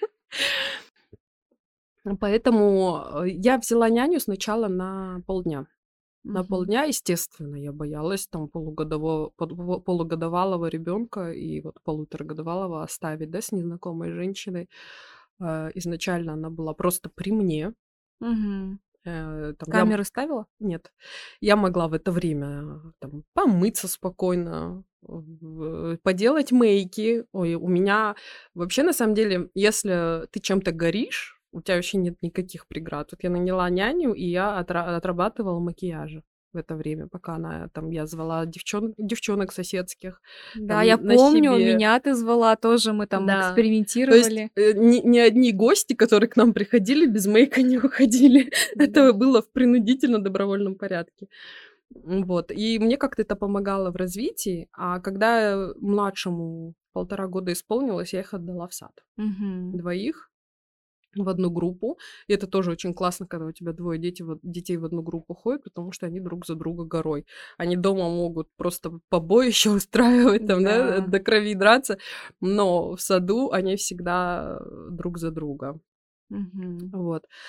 Поэтому, э, я взяла няню сначала на полдня. На Мгм. полдня, естественно, я боялась там полугодового полуго полугодовалого ребенка и вот полуторагодовалого оставить, да, с незнакомой женщиной. Э, изначально она была просто при мне. Мгм. Э, там я м Камеры ставила? нет, я могла в это время, э, там помыться спокойно, в поделать мейки. Ой, у меня вообще, на самом деле, если ты чем-то горишь, у тебя вообще нет никаких преград. Вот я наняла няню, и я отра отрабатывала макияжи в это время, пока она там я звала девчон девчонок соседских, Да, я там на помню, себе. меня ты звала тоже, мы там Да. То есть, экспериментировали. э, ни ни одни гости, которые к нам приходили, без мейка не уходили. Да. Это было в принудительно-добровольном порядке. М, вот. И мне как-то это помогало в развитии. А когда, э, младшему полтора года исполнилось, я их отдала в сад. Мгм. Двоих в одну группу. И это тоже очень классно, когда у тебя двое дети в детей в одну группу ходят, потому что они друг за друга горой. Они дома могут просто побоище устраивать, там, да, Да. до крови драться, но в саду они всегда, э, друг за друга. Мгм. Вот.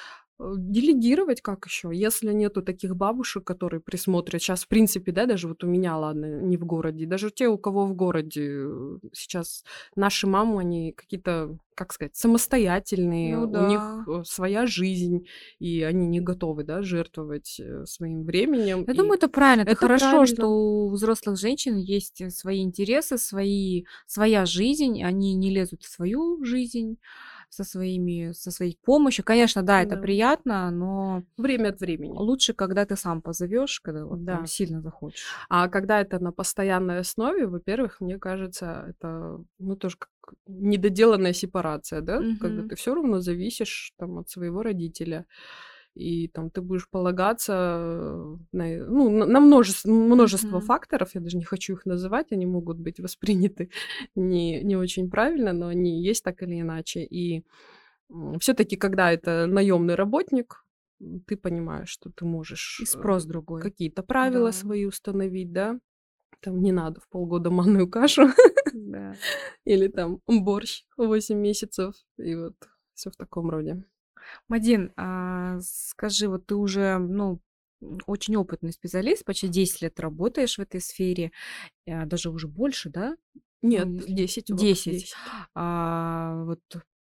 Э, делегировать как еще? Если нету таких бабушек, которые присмотрят. Сейчас, в принципе, да, даже вот у меня, ладно, не в городе, даже те, у кого в городе э, сейчас наши мамы, они какие-то, как сказать, самостоятельные, Ну у них да. э, своя жизнь, и они не готовы, да, жертвовать э, своим временем. Я И думаю, это правильно. Это это хорошо, что правильно. у взрослых женщин есть э, свои интересы, свои, своя жизнь. Они не лезут в свою жизнь со своими, со своей помощью. Конечно, да, это Да. приятно, но Время от времени. лучше, когда ты сам позовешь, когда вот прям Да. сильно захочешь. А когда это на постоянной основе, во-первых, мне кажется, это, ну, тоже как недоделанная сепарация, да, когда Мгм. ты все равно зависишь там от своего родителя, и там ты будешь полагаться э, на, ну, на на множество, множество Мгм. факторов, я даже не хочу их называть, они могут быть восприняты не, не очень правильно, но они есть так или иначе. И все-таки, когда это наемный работник, м, ты понимаешь, что ты И можешь э, спрос другой. какие-то правила Да. свои установить, да, там не надо в полгода манную кашу Да. или там борщ восемь месяцев, и вот все в таком роде. Мадин, а скажи, вот ты уже, ну, м, очень опытный специалист, почти десять лет работаешь в этой сфере, э, даже уже больше, да? Ну, Нет, если десять вот, десять. десять. А, вот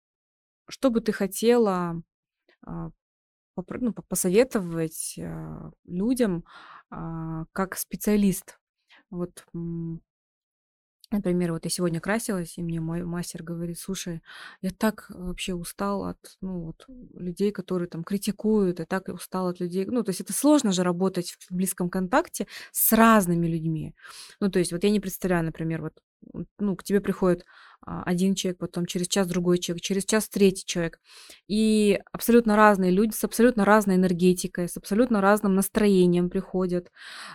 что бы ты хотела, а, попро ну, по посоветовать, а, людям, а, как специалист? Вот, м, например, вот я сегодня красилась, и мне мой мастер говорит: "Слушай, я так вообще устал от, ну, вот, людей, которые там критикуют, я так устал от людей". Ну, то есть это сложно же работать в близком контакте с разными людьми. Ну, то есть вот я не представляю, например, вот, м, ну, к тебе приходит, а, один человек, потом через час другой человек, через час третий человек. И абсолютно разные люди с абсолютно разной энергетикой, с абсолютно разным настроением приходят.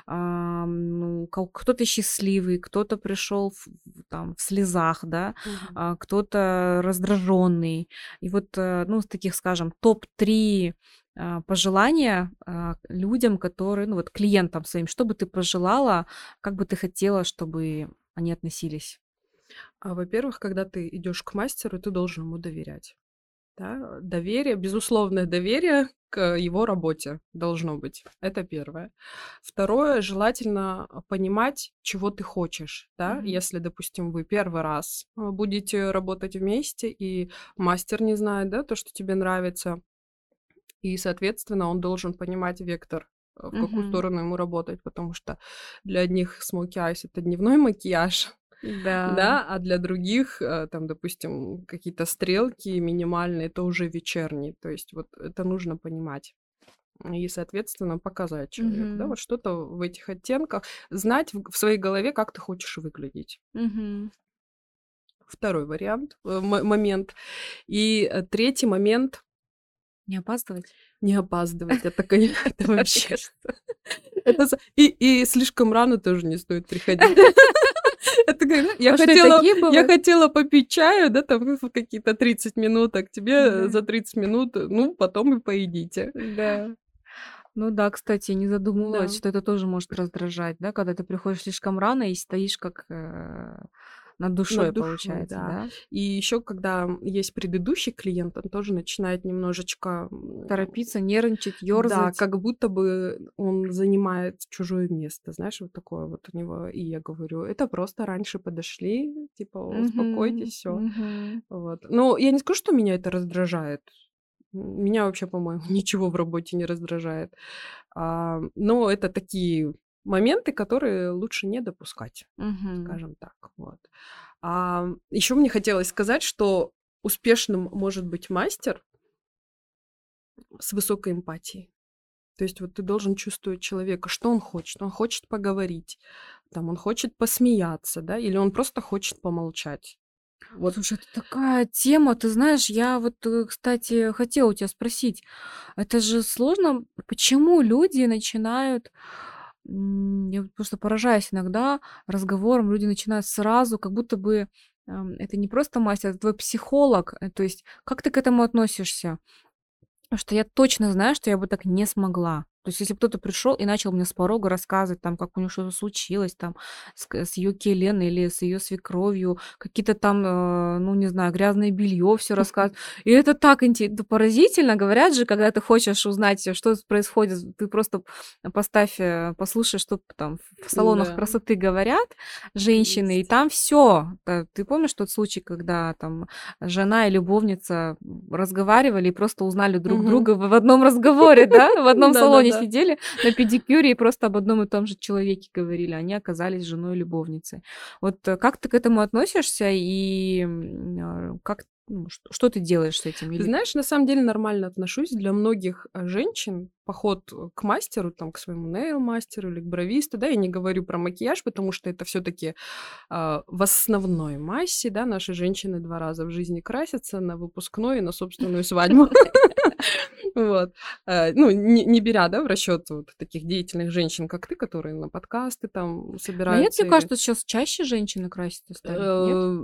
Ам, ну, кау кто-то счастливый, кто-то пришел в в там в слезах, да, Мгм. а, кто-то раздраженный. И вот, э, ну, с таких, скажем, топ три а, пожелания, а, людям, которые, ну, вот клиентам своим. Что бы ты пожелала, как бы ты хотела, чтобы они относились? А, во-первых, когда ты идешь к мастеру, ты должен ему доверять. Да, доверие, безусловное доверие к его работе должно быть. Это первое. Второе, желательно а, понимать, чего ты хочешь. Да? Мгм. Если, допустим, вы первый раз а, будете работать вместе, и мастер не знает, да, то, что тебе нравится, и, соответственно, он должен понимать вектор, а, в какую Мгм. сторону ему работать, потому что для одних смоки айс это дневной макияж, Да. да, а для других, э, там, допустим, какие-то стрелки минимальные, это уже вечерний. То есть вот это нужно понимать и, соответственно, показать человеку, да, Мгм. вот что-то в этих оттенках, знать в в своей голове, как ты хочешь выглядеть. Мгм. Второй вариант, э, мо момент. И, э, третий момент — Не опаздывать? не опаздывать. Это, коне это Мне вообще. кажется. Это за и и слишком рано тоже не стоит приходить. Это когда я А что, и хотела такие я бывают? хотела попить чаю, да, там, в какие-то тридцать минут, а к тебе, Да, э, за тридцать минут, э, ну, потом и поедите. да. Ну да, кстати, не задумывалась, Да, что это тоже может раздражать, да, когда ты приходишь слишком рано и стоишь как, э, над над душой, душой, получается, да. да? И еще, когда есть предыдущий клиент, он тоже начинает немножечко, м, Торопиться, нервничать, да, ёрзать. как будто бы он занимает чужое место. Знаешь, вот такое вот у него. И я говорю: "Это просто раньше подошли, типа, успокойтесь, Мгм, все". мгм, Вот. Но я не скажу, что меня это раздражает. М, меня вообще, по-моему, ничего в работе не раздражает. А, но это такие моменты, которые лучше не допускать, мгм. скажем так. Вот. А, еще мне хотелось сказать, что успешным может быть мастер с высокой эмпатией. То есть вот ты должен чувствовать человека, что он хочет. Он хочет поговорить, там, он хочет посмеяться, да, или он просто хочет помолчать. Вот. Слушай, это такая тема. Ты знаешь, я вот, э, кстати, хотела у тебя спросить. Это же сложно. Почему люди начинают, м, я вот просто поражаюсь иногда разговором, люди начинают сразу, как будто бы, ам, это не просто мастер, это твой психолог. Э, то есть как ты к этому относишься? Потому что я точно знаю, что я бы так не смогла. То есть, если кто-то пришел и начал мне с порога рассказывать, там, как у него что-то случилось, там, с, к- с ее Келеной или с ее свекровью, какие-то там, э, ну, не знаю, грязное белье, все рассказывать. И это так инте- это поразительно. Говорят же, когда ты хочешь узнать, что происходит, ты просто поставь, э, послушай, что там в салонах Да, красоты говорят женщины, и есть. там все. Ты помнишь тот случай, когда там жена и любовница разговаривали и просто узнали друг Мгм. друга в в одном разговоре, да, в одном салоне Да-да-да. сидели на педикюре и просто об одном и том же человеке говорили. Они оказались женой и любовницей. Вот э, как ты к этому относишься и м, а, как, ну, что, что ты делаешь с этим? Ты Или знаешь, на самом деле нормально отношусь. Для многих э, женщин поход э, к мастеру, там, к своему нейл-мастеру или к бровисту, да, я не говорю про макияж, потому что это все таки в основной массе, да, наши женщины два раза в жизни красятся: на выпускной и на собственную свадьбу. Вот. Э, Ну, не не беря, да, в расчет вот таких деятельных женщин, как ты, которые на подкасты там да нет, собираются мне или... кажется, сейчас чаще женщины краситься стали, нет? Э,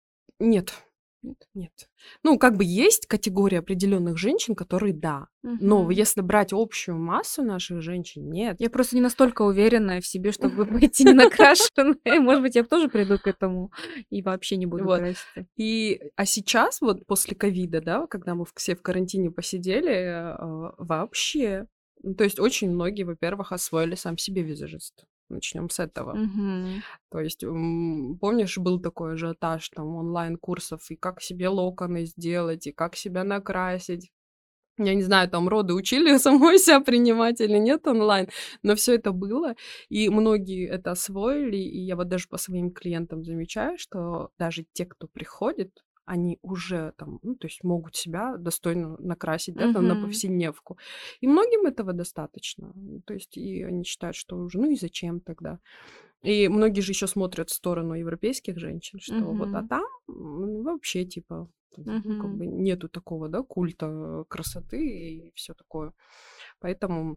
Нет. Нет? Нет. Ну, как бы есть категория определенных женщин, которые да. Но Мгм. если брать общую массу наших женщин, нет. Я просто не настолько уверенная в себе, чтобы пойти не накрашенной. Может быть, я тоже приду к этому и вообще не буду Вот. краситься. И, а сейчас, вот после ковида, да, когда мы в- все в карантине посидели, э, вообще, ну, то есть очень многие, во-первых, освоили сам себе визажист. Начнем с этого. Мгм. То есть, м, помнишь, был такой ажиотаж там онлайн-курсов, и как себе локоны сделать, и как себя накрасить. Я не знаю, там роды учили самой себя принимать или нет онлайн, но все это было, и многие это освоили. И я вот даже по своим клиентам замечаю, что даже те, кто приходит, они уже там, ну, то есть могут себя достойно накрасить, да, там на Мгм. повседневку. И многим этого достаточно. М, То есть и они считают, что уже, ну и зачем тогда? И многие же еще смотрят в сторону европейских женщин, что вот, а Мгм. там м, вообще типа, ну, как Мгм. бы нету такого, да, культа красоты и все такое. Поэтому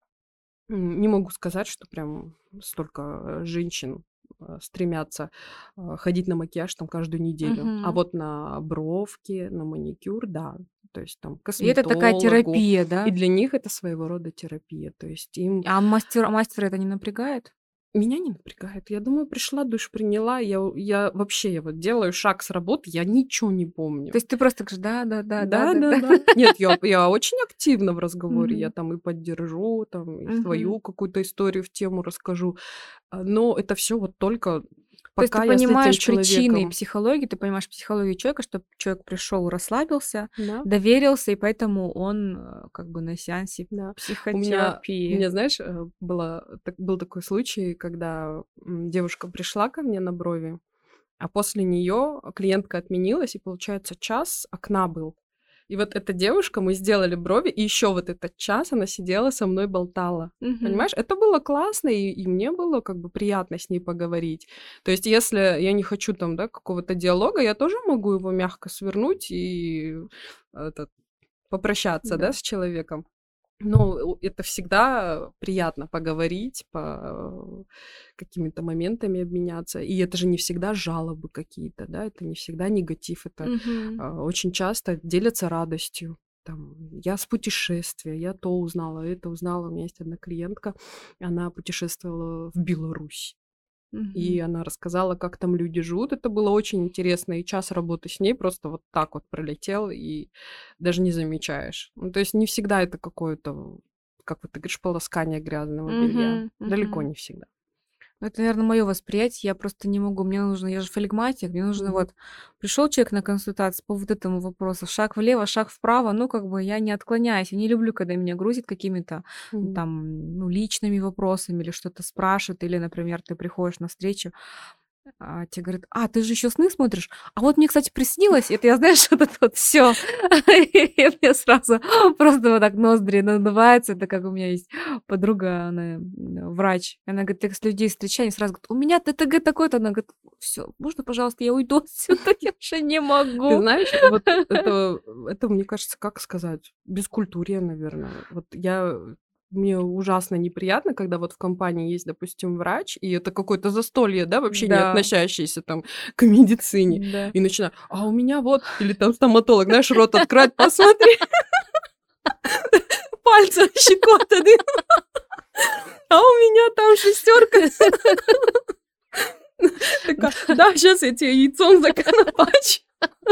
м, не могу сказать, что прям столько э, женщин э, стремятся э, ходить на макияж там каждую неделю. А Мгм. вот на бровки, на маникюр, да, то есть там к И это такая косметологу. терапия, И да? для них это своего рода терапия. То есть им... А мастер мастера это не напрягает? Меня не напрягает. Я думаю, пришла, душ приняла. Я, у- я вообще, я вот делаю шаг с работы, я ничего не То помню. есть ты просто говоришь: "Да-да-да, да-да-да". Да-да-да. Нет, я, я очень активна в разговоре. Я Мгм. там и поддержу, там и Мгм. свою какую-то историю в тему расскажу. А, Но это все вот только То есть ты пока я с этим понимаешь причины и человеком. психологию, ты понимаешь психологию человека, чтобы человек пришел, расслабился, Да, доверился, и поэтому он, э, как бы на сеансе да. У меня, у психотерапии. меня, знаешь, э, было, так- был такой случай, когда м, девушка пришла ко мне на брови, а после нее клиентка отменилась, и, получается, час окна был. И вот эта девушка, мы сделали брови, и еще вот этот час она сидела со мной болтала. Мгм. Понимаешь, это было классно, и, и мне было как бы приятно с ней поговорить. То есть, если я не хочу там, да, какого-то диалога, я тоже могу его мягко свернуть и этот, попрощаться, да, Да. с человеком. Ну, это всегда приятно поговорить, по какими-то моментами обменяться. И это же не всегда жалобы какие-то, да, это не всегда негатив, это Мгм. а, очень часто делятся радостью. Там, я с путешествия, я то узнала, это узнала. У меня есть одна клиентка, она путешествовала в Беларусь. И Мгм. она рассказала, как там люди живут. Это было очень интересно. И час работы с ней просто вот так вот пролетел, и даже не замечаешь. Ну, то есть не всегда это какое-то, как вот ты говоришь, полоскание грязного белья. Мгм. Далеко Мгм. не всегда. Ну, это, наверно, моё восприятие. Я просто не могу. Мне нужно, я же флегматик, мне нужно Мгм. вот пришел человек на консультацию по вот этому вопросу, шаг влево, шаг вправо. Ну, как бы я не отклоняюсь. Я не люблю, когда меня грузит какими-то, м, Мгм. там, ну, личными вопросами или что-то спрашивают. Или, например, ты приходишь на встречу, а те говорят: "А, ты же еще сны смотришь? А вот мне, кстати, приснилось". Это я, знаешь, вот это вот все. И мне сразу просто вот так ноздри надуваются. Это как у меня есть подруга, она, м, врач. Она говорит: "Ты с людей встречаешь", сразу говорит: "У меня Т Т Г такой-то". Она говорит: "Всё, можно, пожалуйста, я уйду отсюда? Я уже не Ты могу". знаешь, вот это, это, мне кажется, как сказать, бескультурье, наверное. Вот я мне ужасно неприятно, когда вот в компании есть, допустим, врач, и это какое-то застолье, да, вообще не Да, относящееся там к медицине, да. и начинаю, а у меня вот, или там стоматолог, знаешь, рот открывает, посмотри, пальцем щекотает. сейчас я тебе яйцом законопачу.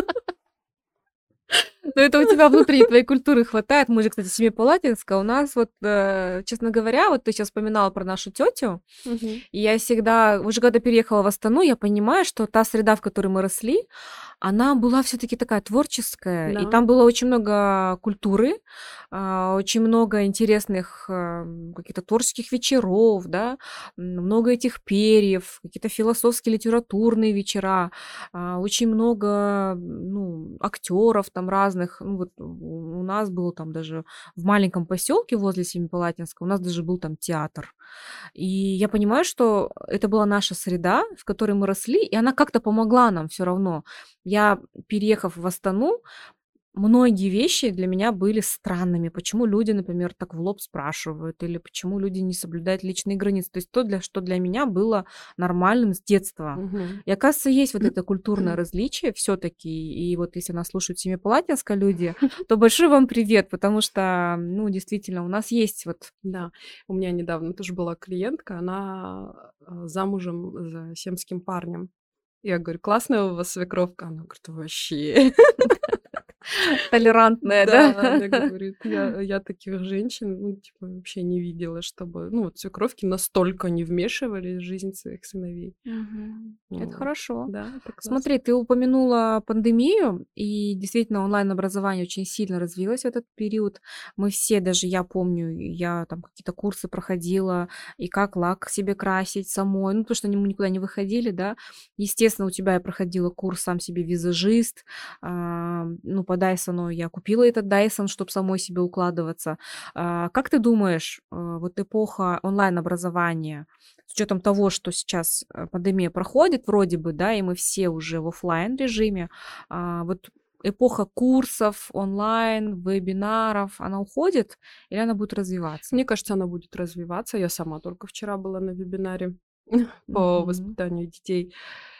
Но это у тебя внутри твоей культуры хватает. Мы же, кстати, Семипалатинска. У нас вот, э, честно говоря, вот ты сейчас вспоминала про нашу тетю. Мгм. И я всегда, уже когда переехала в Астану, я понимаю, что та среда, в которой мы росли, она была все-таки такая творческая. И Да. там было очень много культуры, а, очень много интересных ам, каких-то творческих вечеров, да, м, много этих перьев, какие-то философские, литературные вечера, а, очень много, ну, актеров там разных. Ну, вот у у нас был там даже в маленьком поселке возле Семипалатинска, у нас даже был там театр. И я понимаю, что это была наша среда, в которой мы росли, и она как-то помогла нам все равно. Я, переехав в Астану, многие вещи для меня были странными. Почему люди, например, так в лоб спрашивают, или почему люди не соблюдают личные границы. То есть то, для, что для меня было нормальным с детства. Мгм. И оказывается, есть вот это культурное различие все-таки. И вот если нас слушают Семипалатинска люди, то большой вам привет, потому что, ну, действительно, у нас есть вот... Да, у меня недавно тоже была клиентка, она а, замужем за семским парнем. Я говорю, классная у вас свекровка. Она говорит, вообще. Толерантная, Да, да? она говорит, я, я таких женщин, ну, типа, вообще не видела, чтобы, ну, вот свекровки настолько не вмешивались в жизнь своих сыновей. Мгм. Это Вот. хорошо. Да, это классно. Смотри, ты упомянула пандемию, и действительно онлайн-образование очень сильно развилось в этот период. Мы все, даже я помню, я там какие-то курсы проходила, и как лак себе красить самой, ну, потому что мы никуда не выходили, да. Естественно, у тебя я проходила курс сам себе визажист, а, ну, по Дайсону я купила этот Дайсон, чтобы самой себе укладываться. А, как ты думаешь, а, вот эпоха онлайн-образования, с учетом того, что сейчас э, пандемия проходит, вроде бы, да, и мы все уже в оффлайн режиме, а, вот эпоха курсов, онлайн, вебинаров, она уходит или она будет развиваться? Мне кажется, она будет развиваться. Я сама только вчера была на вебинаре по Мгм. воспитанию детей.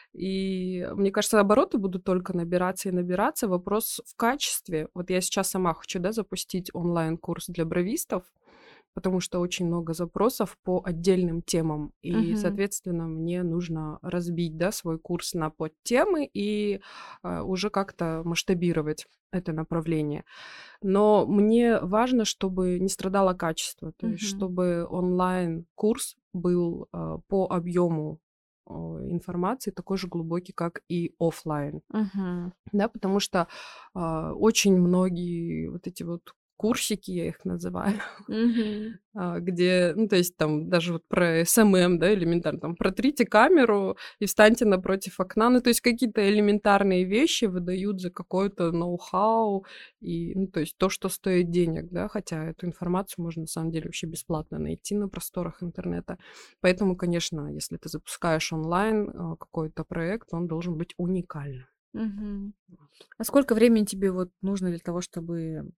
И мне кажется, обороты будут только набираться и набираться. Вопрос в качестве. Вот я сейчас сама хочу, да, запустить онлайн-курс для бровистов, потому что очень много запросов по отдельным темам. И, Мгм. соответственно, мне нужно разбить, да, свой курс на подтемы и а, уже как-то масштабировать это направление. Но мне важно, чтобы не страдало качество, то есть Мгм. чтобы онлайн-курс был а, по объему о, информации такой же глубокий, как и оффлайн, Мгм. да, потому что а, очень многие вот эти вот курсики, я их называю, Мгм. а, где, ну, то есть там даже вот про эс эм эм, да, элементарно, там, протрите камеру и встаньте напротив окна, ну, то есть какие-то элементарные вещи выдают за какое-то ноу-хау, и, ну, то есть то, что стоит денег, да, хотя эту информацию можно на самом деле вообще бесплатно найти на просторах интернета. Поэтому, конечно, если ты запускаешь онлайн а, какой-то проект, он должен быть уникальным. Мгм. А сколько времени тебе вот нужно для того, чтобы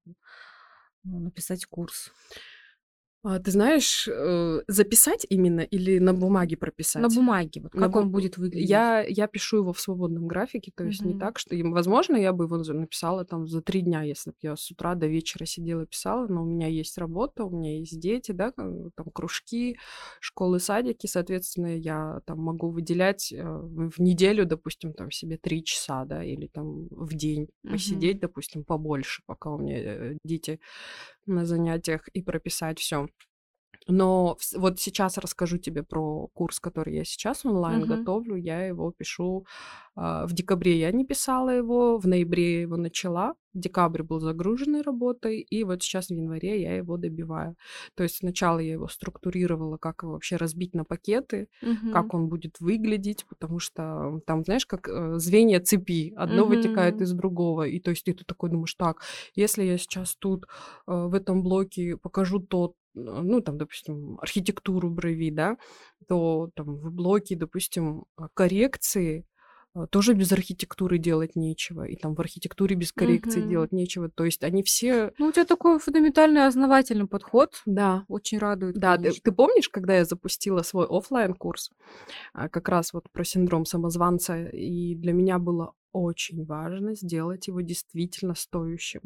ну, написать курс? А, ты знаешь, э, записать именно или на бумаге На прописать? бумаге, вот На как бу он будет выглядеть? я я пишу его в свободном графике, то есть не Мгм. так, что им возможно, я бы его за написала там за три дня, если б я с утра до вечера сидела писала, но у меня есть работа, у меня есть дети, да, э, там кружки, школы, садики, соответственно, я там могу выделять, э, в в неделю, допустим, там себе три часа, да, или там в день Мгм. посидеть, допустим, побольше, пока у меня, э, дети на занятиях, и прописать все. Но вс вот сейчас расскажу тебе про курс, который я сейчас онлайн Мгм. готовлю. Я его пишу, а, в декабре я не писала его, в ноябре я его начала, декабрь был загруженной работой, и вот сейчас в январе я его добиваю. То есть сначала я его структурировала, как его вообще разбить на пакеты, Мгм. как он будет выглядеть, потому что там, знаешь, как, э, звенья цепи, одно вытекает Мгм. из другого. И то есть ты тут такой думаешь: "Так, если я сейчас тут, э, в этом блоке покажу то, Н ну, там, допустим, архитектуру брови, да, то там в блоке, допустим, а, коррекции, а, тоже без архитектуры делать нечего, и там в архитектуре без коррекции Мгм. делать нечего. То есть они все. Ну, у тебя такой фундаментальный, основательный подход. Да, Очень радует, да, ты ты конечно. помнишь, когда я запустила свой оффлайн курс, а, как раз вот про синдром самозванца, и для меня было очень важно сделать его действительно стоящим,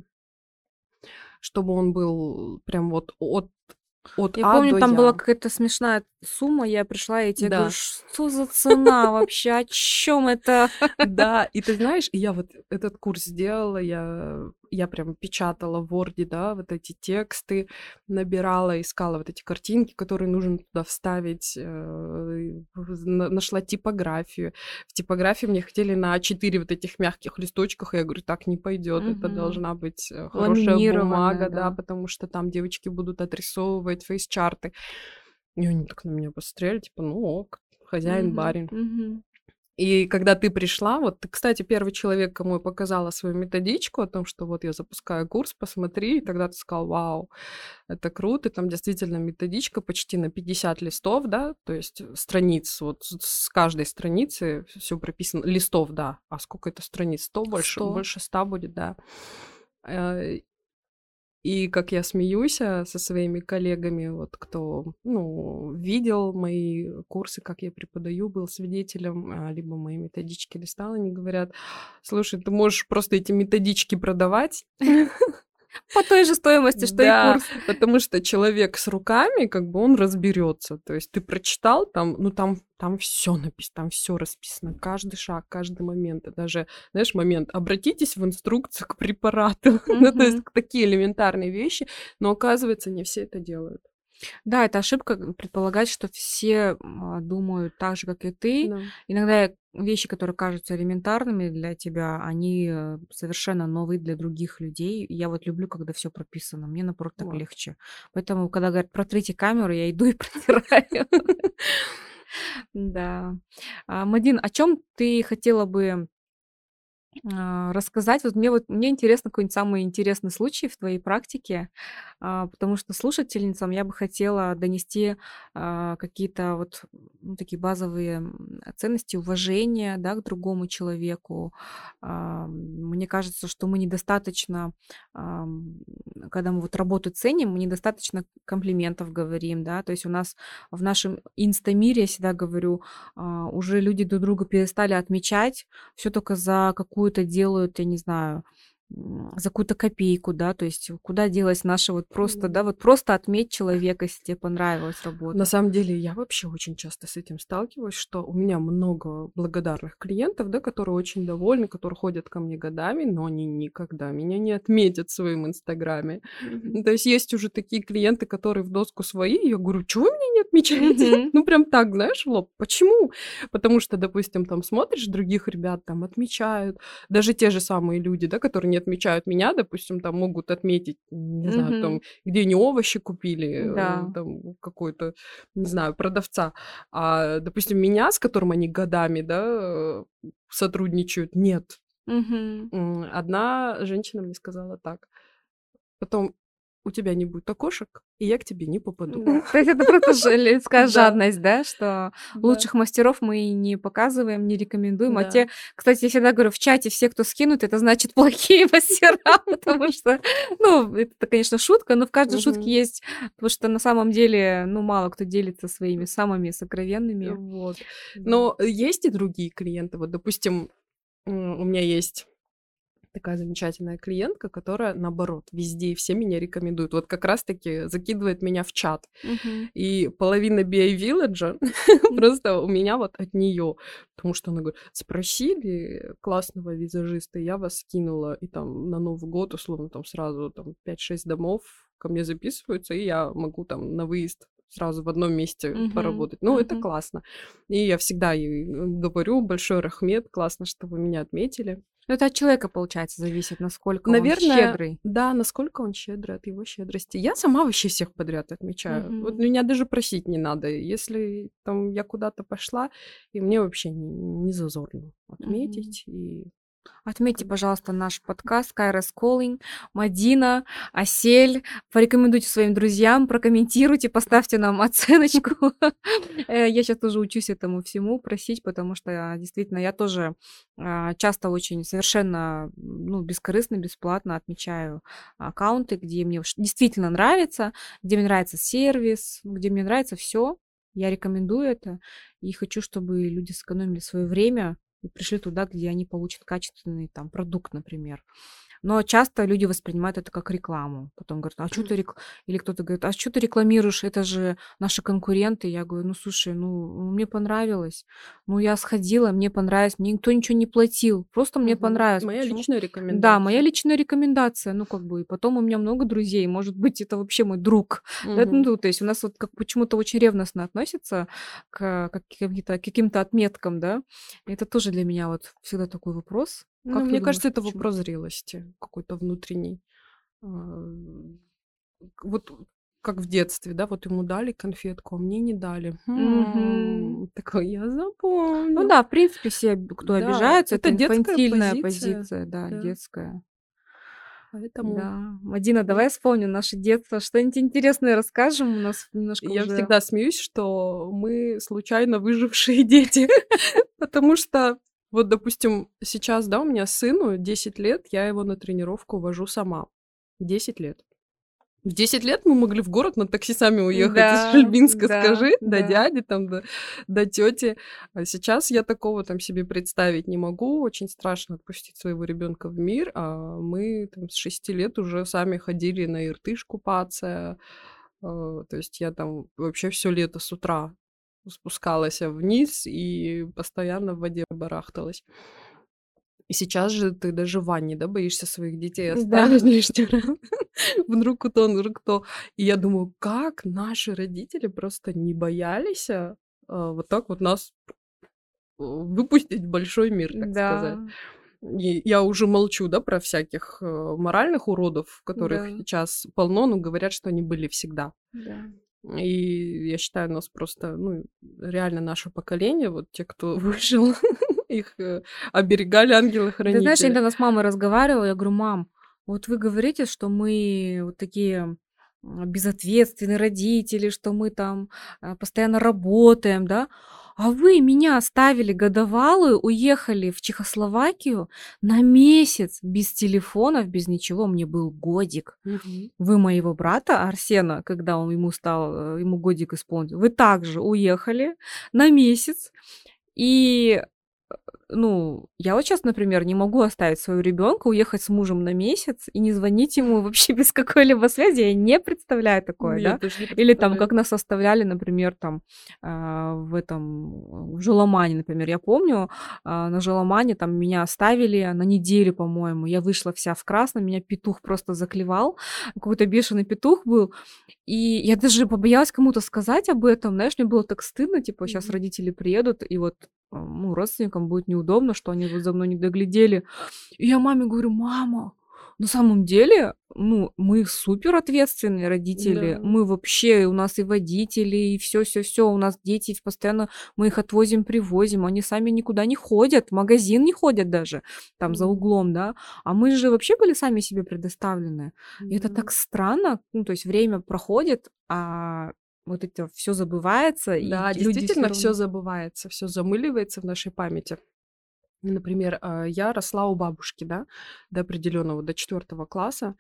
чтобы он был прям вот от от Я А помню, до там была Я. какая-то смешная сумма, я пришла и тебе говорю, Да. что за цена вообще, о чем это? Да, и ты знаешь, я вот этот курс сделала, я, я прям печатала в Word, да, вот эти тексты, набирала, искала вот эти картинки, которые нужно туда вставить, э, в- на- нашла типографию. В типографии мне хотели на а четыре вот этих мягких листочках, и я говорю, так не пойдет, это Мгм. должна быть э, хорошая Ламинированная, бумага, да, да. потому что там девочки будут отрисовывать фейс-чарты. И они так на меня посмотрели, типа, ну ок, хозяин, Мгм, барин. мгм. И когда ты пришла, вот ты, кстати, первый человек, кому я показала свою методичку о том, что вот я запускаю курс, посмотри, и тогда ты сказал, вау, это круто, и там действительно методичка почти на пятьдесят листов, да, то есть э, страниц, вот с с каждой страницы все прописано, листов, да, а сколько это страниц, сто больше, сто. больше ста будет, да. Э, и как я смеюсь, а, со своими коллегами, вот кто, ну, видел мои курсы, как я преподаю, был свидетелем, а, либо мои методички листал, они говорят: "Слушай, ты можешь просто эти методички продавать". По той же стоимости, что и Да, курс. потому что человек с руками, как бы он разберется. То есть ты прочитал, там, ну там, там все написано, там все расписано, каждый шаг, каждый момент. И даже, знаешь, момент, обратитесь в инструкцию к препарату. Ну, то есть Мгм. такие элементарные вещи, но оказывается, не все это делают. Да, это ошибка г предполагать, что все, а, думают так же, как и ты. Да. Иногда вещи, которые кажутся элементарными для тебя, они, э, совершенно новые для других людей. И я вот люблю, когда все прописано. Мне, наоборот, так Вот. легче. Поэтому, когда говорят: "Протрите камеру", я иду и протираю. Да. А, Мадин, о чем ты хотела бы а, рассказать? Вот мне вот мне интересно какой-нибудь самый интересный случай в твоей практике, а, потому что слушательницам я бы хотела донести, а, какие-то вот, ну, такие базовые, м, ценности уважения, да, к другому человеку. А, мне кажется, что мы недостаточно, ам, когда мы вот работу ценим, мы недостаточно комплиментов говорим, да. То есть у нас в нашем инстамире, я всегда говорю, а, уже люди друг друга перестали отмечать, все только за какую-то делают, я не знаю, м, за какую-то копейку, да, то есть куда делась наша вот просто, М. да, вот просто отметь человека, если тебе понравилась На работа. самом деле, я вообще очень часто с этим сталкиваюсь, что у меня много благодарных клиентов, да, которые очень довольны, которые ходят ко мне годами, но они никогда меня не отметят в своем инстаграме. Мгм. Ну, то есть есть уже такие клиенты, которые в доску свои, и я говорю, чего вы меня не отмечаете? Мгм. Ну, прям так, знаешь, в лоб. Почему? Потому что, допустим, там смотришь, других ребят там отмечают, даже те же самые люди, да, которые не отмечают меня, допустим, там могут отметить, не знаю, там, Мгм. где они овощи купили, э, Да. там, какой-то не знаю, продавца. А, допустим, меня, с которым они годами, да, э, сотрудничают, нет. Мгм. М, одна женщина мне сказала так: "Потом у тебя не будет окошек, и я к тебе не попаду". Да. То есть это просто же людская Да, жадность, да, что да, лучших мастеров мы не показываем, не рекомендуем. А да. те, кстати, я всегда говорю, в чате все, кто скинут, это значит плохие мастера, потому что, ну, это, конечно, шутка, но в каждой шутке Мгм. есть, потому что на самом деле, ну, мало кто делится своими самыми сокровенными. Вот. Да. Но есть и другие клиенты. Вот, допустим, м, у меня есть такая замечательная клиентка, которая, наоборот, везде и все меня рекомендует. Вот как раз-таки закидывает меня в чат. Мгм. И половина би эй Village М. просто у меня вот от нее, потому что она говорит: "Спросили классного визажиста, я вас скинула". И там на Новый год, условно, там сразу там пять-шесть домов ко мне записываются, и я могу там на выезд сразу в одном месте Мгм. поработать. Ну, это Мгм. классно. И я всегда ей, э, говорю: "Большой рахмет, классно, что вы меня отметили". Ну, это от человека, получается, зависит, насколько он Наверное, щедрый. да, насколько он щедрый, от его щедрости. Я сама вообще всех подряд отмечаю. Вот Мгм. меня даже просить не надо. Если там я куда-то пошла, и мне вообще не, не зазорно Мгм. отметить. И Отметьте, как бы пожалуйста, наш подкаст Kairos Calling, Мадина, Асель. Порекомендуйте своим друзьям, прокомментируйте, поставьте нам оценочку. Э, Я сейчас тоже учусь этому всему просить, потому что а, действительно я тоже а, часто очень совершенно ну, бескорыстно, бесплатно отмечаю аккаунты, где мне уж действительно нравится, где мне нравится сервис, ну, где мне нравится все. Я рекомендую это и хочу, чтобы люди сэкономили свое время и пришли туда, где они получат качественный там продукт, например. Но часто люди воспринимают это как рекламу. Потом говорят: "А чё ты рек" или кто-то говорит: "А чё ты рекламируешь? Это же наши конкуренты". Я говорю: "Ну, слушай, ну, мне понравилось. Ну, я сходила, мне понравилось, мне никто ничего не платил. Просто мне Мгм. понравилось". Моя Почему? личная Да, моя рекомендация. личная рекомендация. Ну, как бы, и потом у меня много друзей, может быть, это вообще мой друг. Да, Мгм. ну, то есть у нас вот как почему-то очень ревностно относятся к каким-то каким-то отметкам, да. Это тоже для меня вот всегда такой вопрос. Ну, Как ты мне думаешь, кажется, это почему? вопрос зрелости какой-то внутренний. А, к вот как в детстве, да, вот ему дали конфетку, а мне не дали. Мгм. Хм, такой: "Я Ну запомню". да, в принципе, все, б кто Да, обижаются, это это детская инфантильная позиция, позиция, да, да. детская. Поэтому Да. Мадина, я давай вспомним наше детство. Что-нибудь интересное расскажем. У нас немножко я уже всегда смеюсь, что мы случайно выжившие дети, потому что вот, допустим, сейчас, да, у меня сыну десять лет, я его на тренировку вожу сама. десять лет. В десять лет мы могли в город на такси сами уехать из Да, Шельбинска, да, скажи, до да. дяди, там, до до тёти. А сейчас я такого там себе представить не могу. Очень страшно отпустить своего ребёнка в мир. А мы там с шести лет уже сами ходили на Иртыш купаться. А, то есть я там вообще всё лето с утра спускалася вниз и постоянно в воде барахталась. И сейчас же ты даже в ванне, да, боишься своих детей Да. оставить лишний раз. Вдруг кто, вдруг кто. И я думаю, как наши родители просто не боялися, а, вот так вот нас э, выпустить в большой мир, так сказать. Да. И я уже молчу, да, про всяких, э, моральных уродов, которых Да. сейчас полно, но говорят, что они были всегда. Да. И я считаю, нас просто, ну, реально наше поколение, вот те, кто выжил, их, э, оберегали Ты знаешь, я ангелы-хранители. недавно с мамой разговаривала, я говорю: "Мам, вот вы говорите, что мы вот такие, м, безответственные родители, что мы там, а, постоянно работаем, да. А вы меня оставили годовалую, уехали в Чехословакию на месяц без телефонов, без ничего. Мне был годик. Мгм. Вы моего брата Арсена, когда он ему стал, э, ему годик исполнился, вы также уехали на месяц. И, э, ну, я вот щас, например, не могу оставить своего ребёнка, уехать с мужем на месяц и не звонить ему вообще без какой-либо связи. Я не представляю такое, Я да. тоже не Или там, представляю. как нас оставляли, например, там, а, в этом, в Жоломане, например. Я помню, а, на Жоломане там меня оставили на неделю, по-моему. Я вышла вся в красном, меня петух просто заклевал. Какой-то бешеный петух был. И я даже побоялась кому-то сказать об этом. Знаешь, мне было так стыдно, типа, щас Мгм. родители приедут, и вот, а, ну, родственникам будет неудобно, что они вот за мной не доглядели. И я маме говорю: "Мама, на самом деле, ну, мы супер ответственные родители. Да. Мы вообще, у нас и водители, и всё всё всё. У нас дети постоянно, мы их отвозим, привозим. Они сами никуда не ходят, в магазин не ходят даже там за Мгм. углом, да. А мы же вообще были сами себе предоставлены". И это так Да. странно. Ну, то есть время проходит, а вот это всё забывается, и Да, т люди всё действительно, всё равно забывается, всё замыливается в нашей памяти. Например, а, я росла у бабушки, да, до определённого, до четвёртого класса.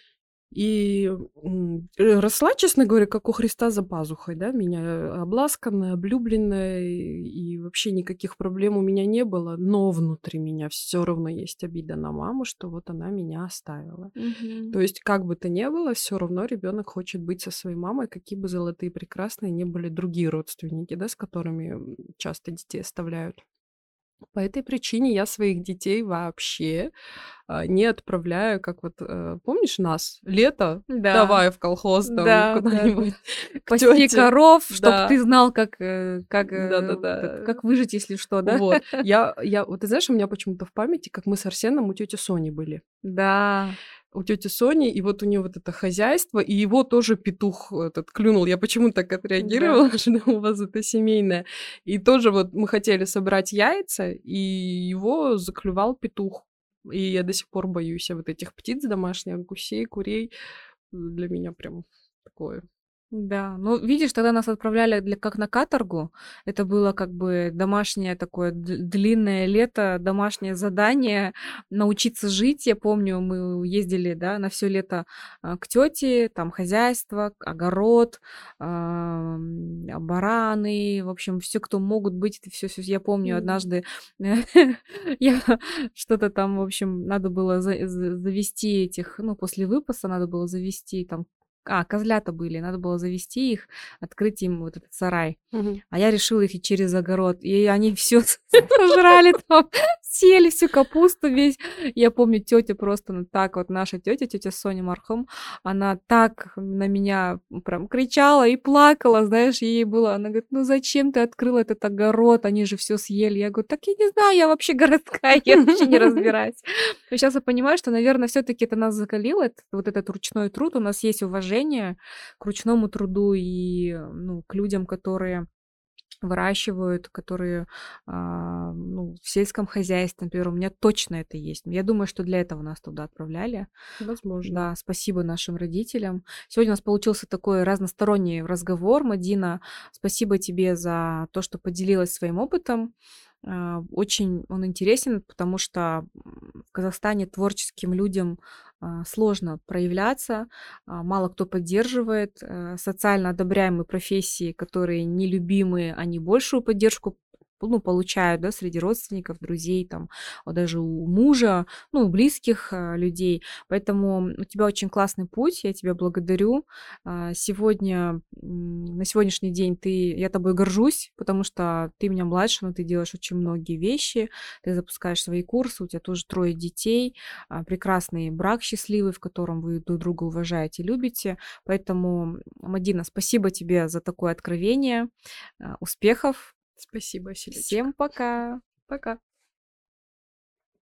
И, м, э, росла, честно говоря, как у Христа за пазухой, да. Меня обласканная, облюбленная, и вообще никаких проблем у меня не было. Но внутри меня всё равно есть обида на маму, что вот она меня оставила. Мгм. То есть как бы то ни было, всё равно ребёнок хочет быть со своей мамой, какие бы золотые и прекрасные ни были другие родственники, да, с которыми, м, часто детей оставляют. По этой причине я своих детей вообще, а, не отправляю, как вот, э, помнишь нас? Лето, Да. давай в колхоз там Да, да-да. куда-нибудь к Паси тёте. коров, чтоб Да. ты знал, как, э, как, э, этот, Да-да-да. как выжить, если что, да? Вот. Я я вот ты знаешь, у меня почему-то в памяти, как мы с Арсеном у тёти Сони были. Да. У тёти Сони, и вот у неё вот это хозяйство, и его тоже петух этот клюнул. Я почему так Да. отреагировала, что у вас это семейное. И тоже вот мы хотели собрать яйца, и его заклевал петух. И я до сих пор боюсь я вот этих птиц домашних, гусей, курей. Для меня прям такое Да, ну, видишь, тогда нас отправляли для как на каторгу. Это было как бы домашнее такое д длинное лето, домашнее задание научиться жить. Я помню, мы ездили, да, на все лето, а, к тете, там хозяйство, к огород, ам, а, бараны, в общем, все, кто могут быть, это всё всё. Я помню, М. однажды я что-то там, в общем, надо было за за завести этих, ну, после выпаса надо было завести там, а, козлята были, надо было завести их, открыть им вот этот сарай. Мгм. А я решила их и через огород, и они все сожрали там, съели всю капусту, весь. Я помню, тетя просто, ну, так вот, наша тетя, тетя Соня мархум, она так на меня прям кричала и плакала, знаешь, ей было, она говорит: "Ну зачем ты открыла этот огород? Они же все съели". Я говорю: "Так я не знаю, я вообще городская, я вообще не разбираюсь". Но щас я понимаю, что, наверное, все таки это нас закалило, эт вот этот ручной труд. У нас есть уважение к ручному труду и, э, ну, к людям, которые выращивают, которые, а, ну, в сельском хозяйстве, например, у меня точно это есть. Я думаю, что для этого нас туда отправляли. Возможно. Да, спасибо нашим родителям. Сегодня у нас получился такой разносторонний разговор. Мадина, спасибо тебе за то, что поделилась своим опытом. А, Очень он интересен, потому что м, в Казахстане творческим людям а, сложно проявляться, а, мало кто поддерживает. э, Социально одобряемые профессии, которые нелюбимые, они большую поддержку, ну, получают, да, среди родственников, друзей, там, а даже у мужа, ну, у близких а, людей. Поэтому у тебя очень классный путь, я тебя благодарю. А, Сегодня, м, на сегодняшний день ты, я тобой горжусь, потому что ты меня младше, но ты делаешь очень многие вещи, ты запускаешь свои курсы, у тебя тоже трое детей, а, прекрасный брак счастливый, в котором вы друг друга уважаете, любите. Поэтому, Мадина, спасибо тебе за такое откровение. А, Успехов. Спасибо, Селечка. Всем пока. Пока.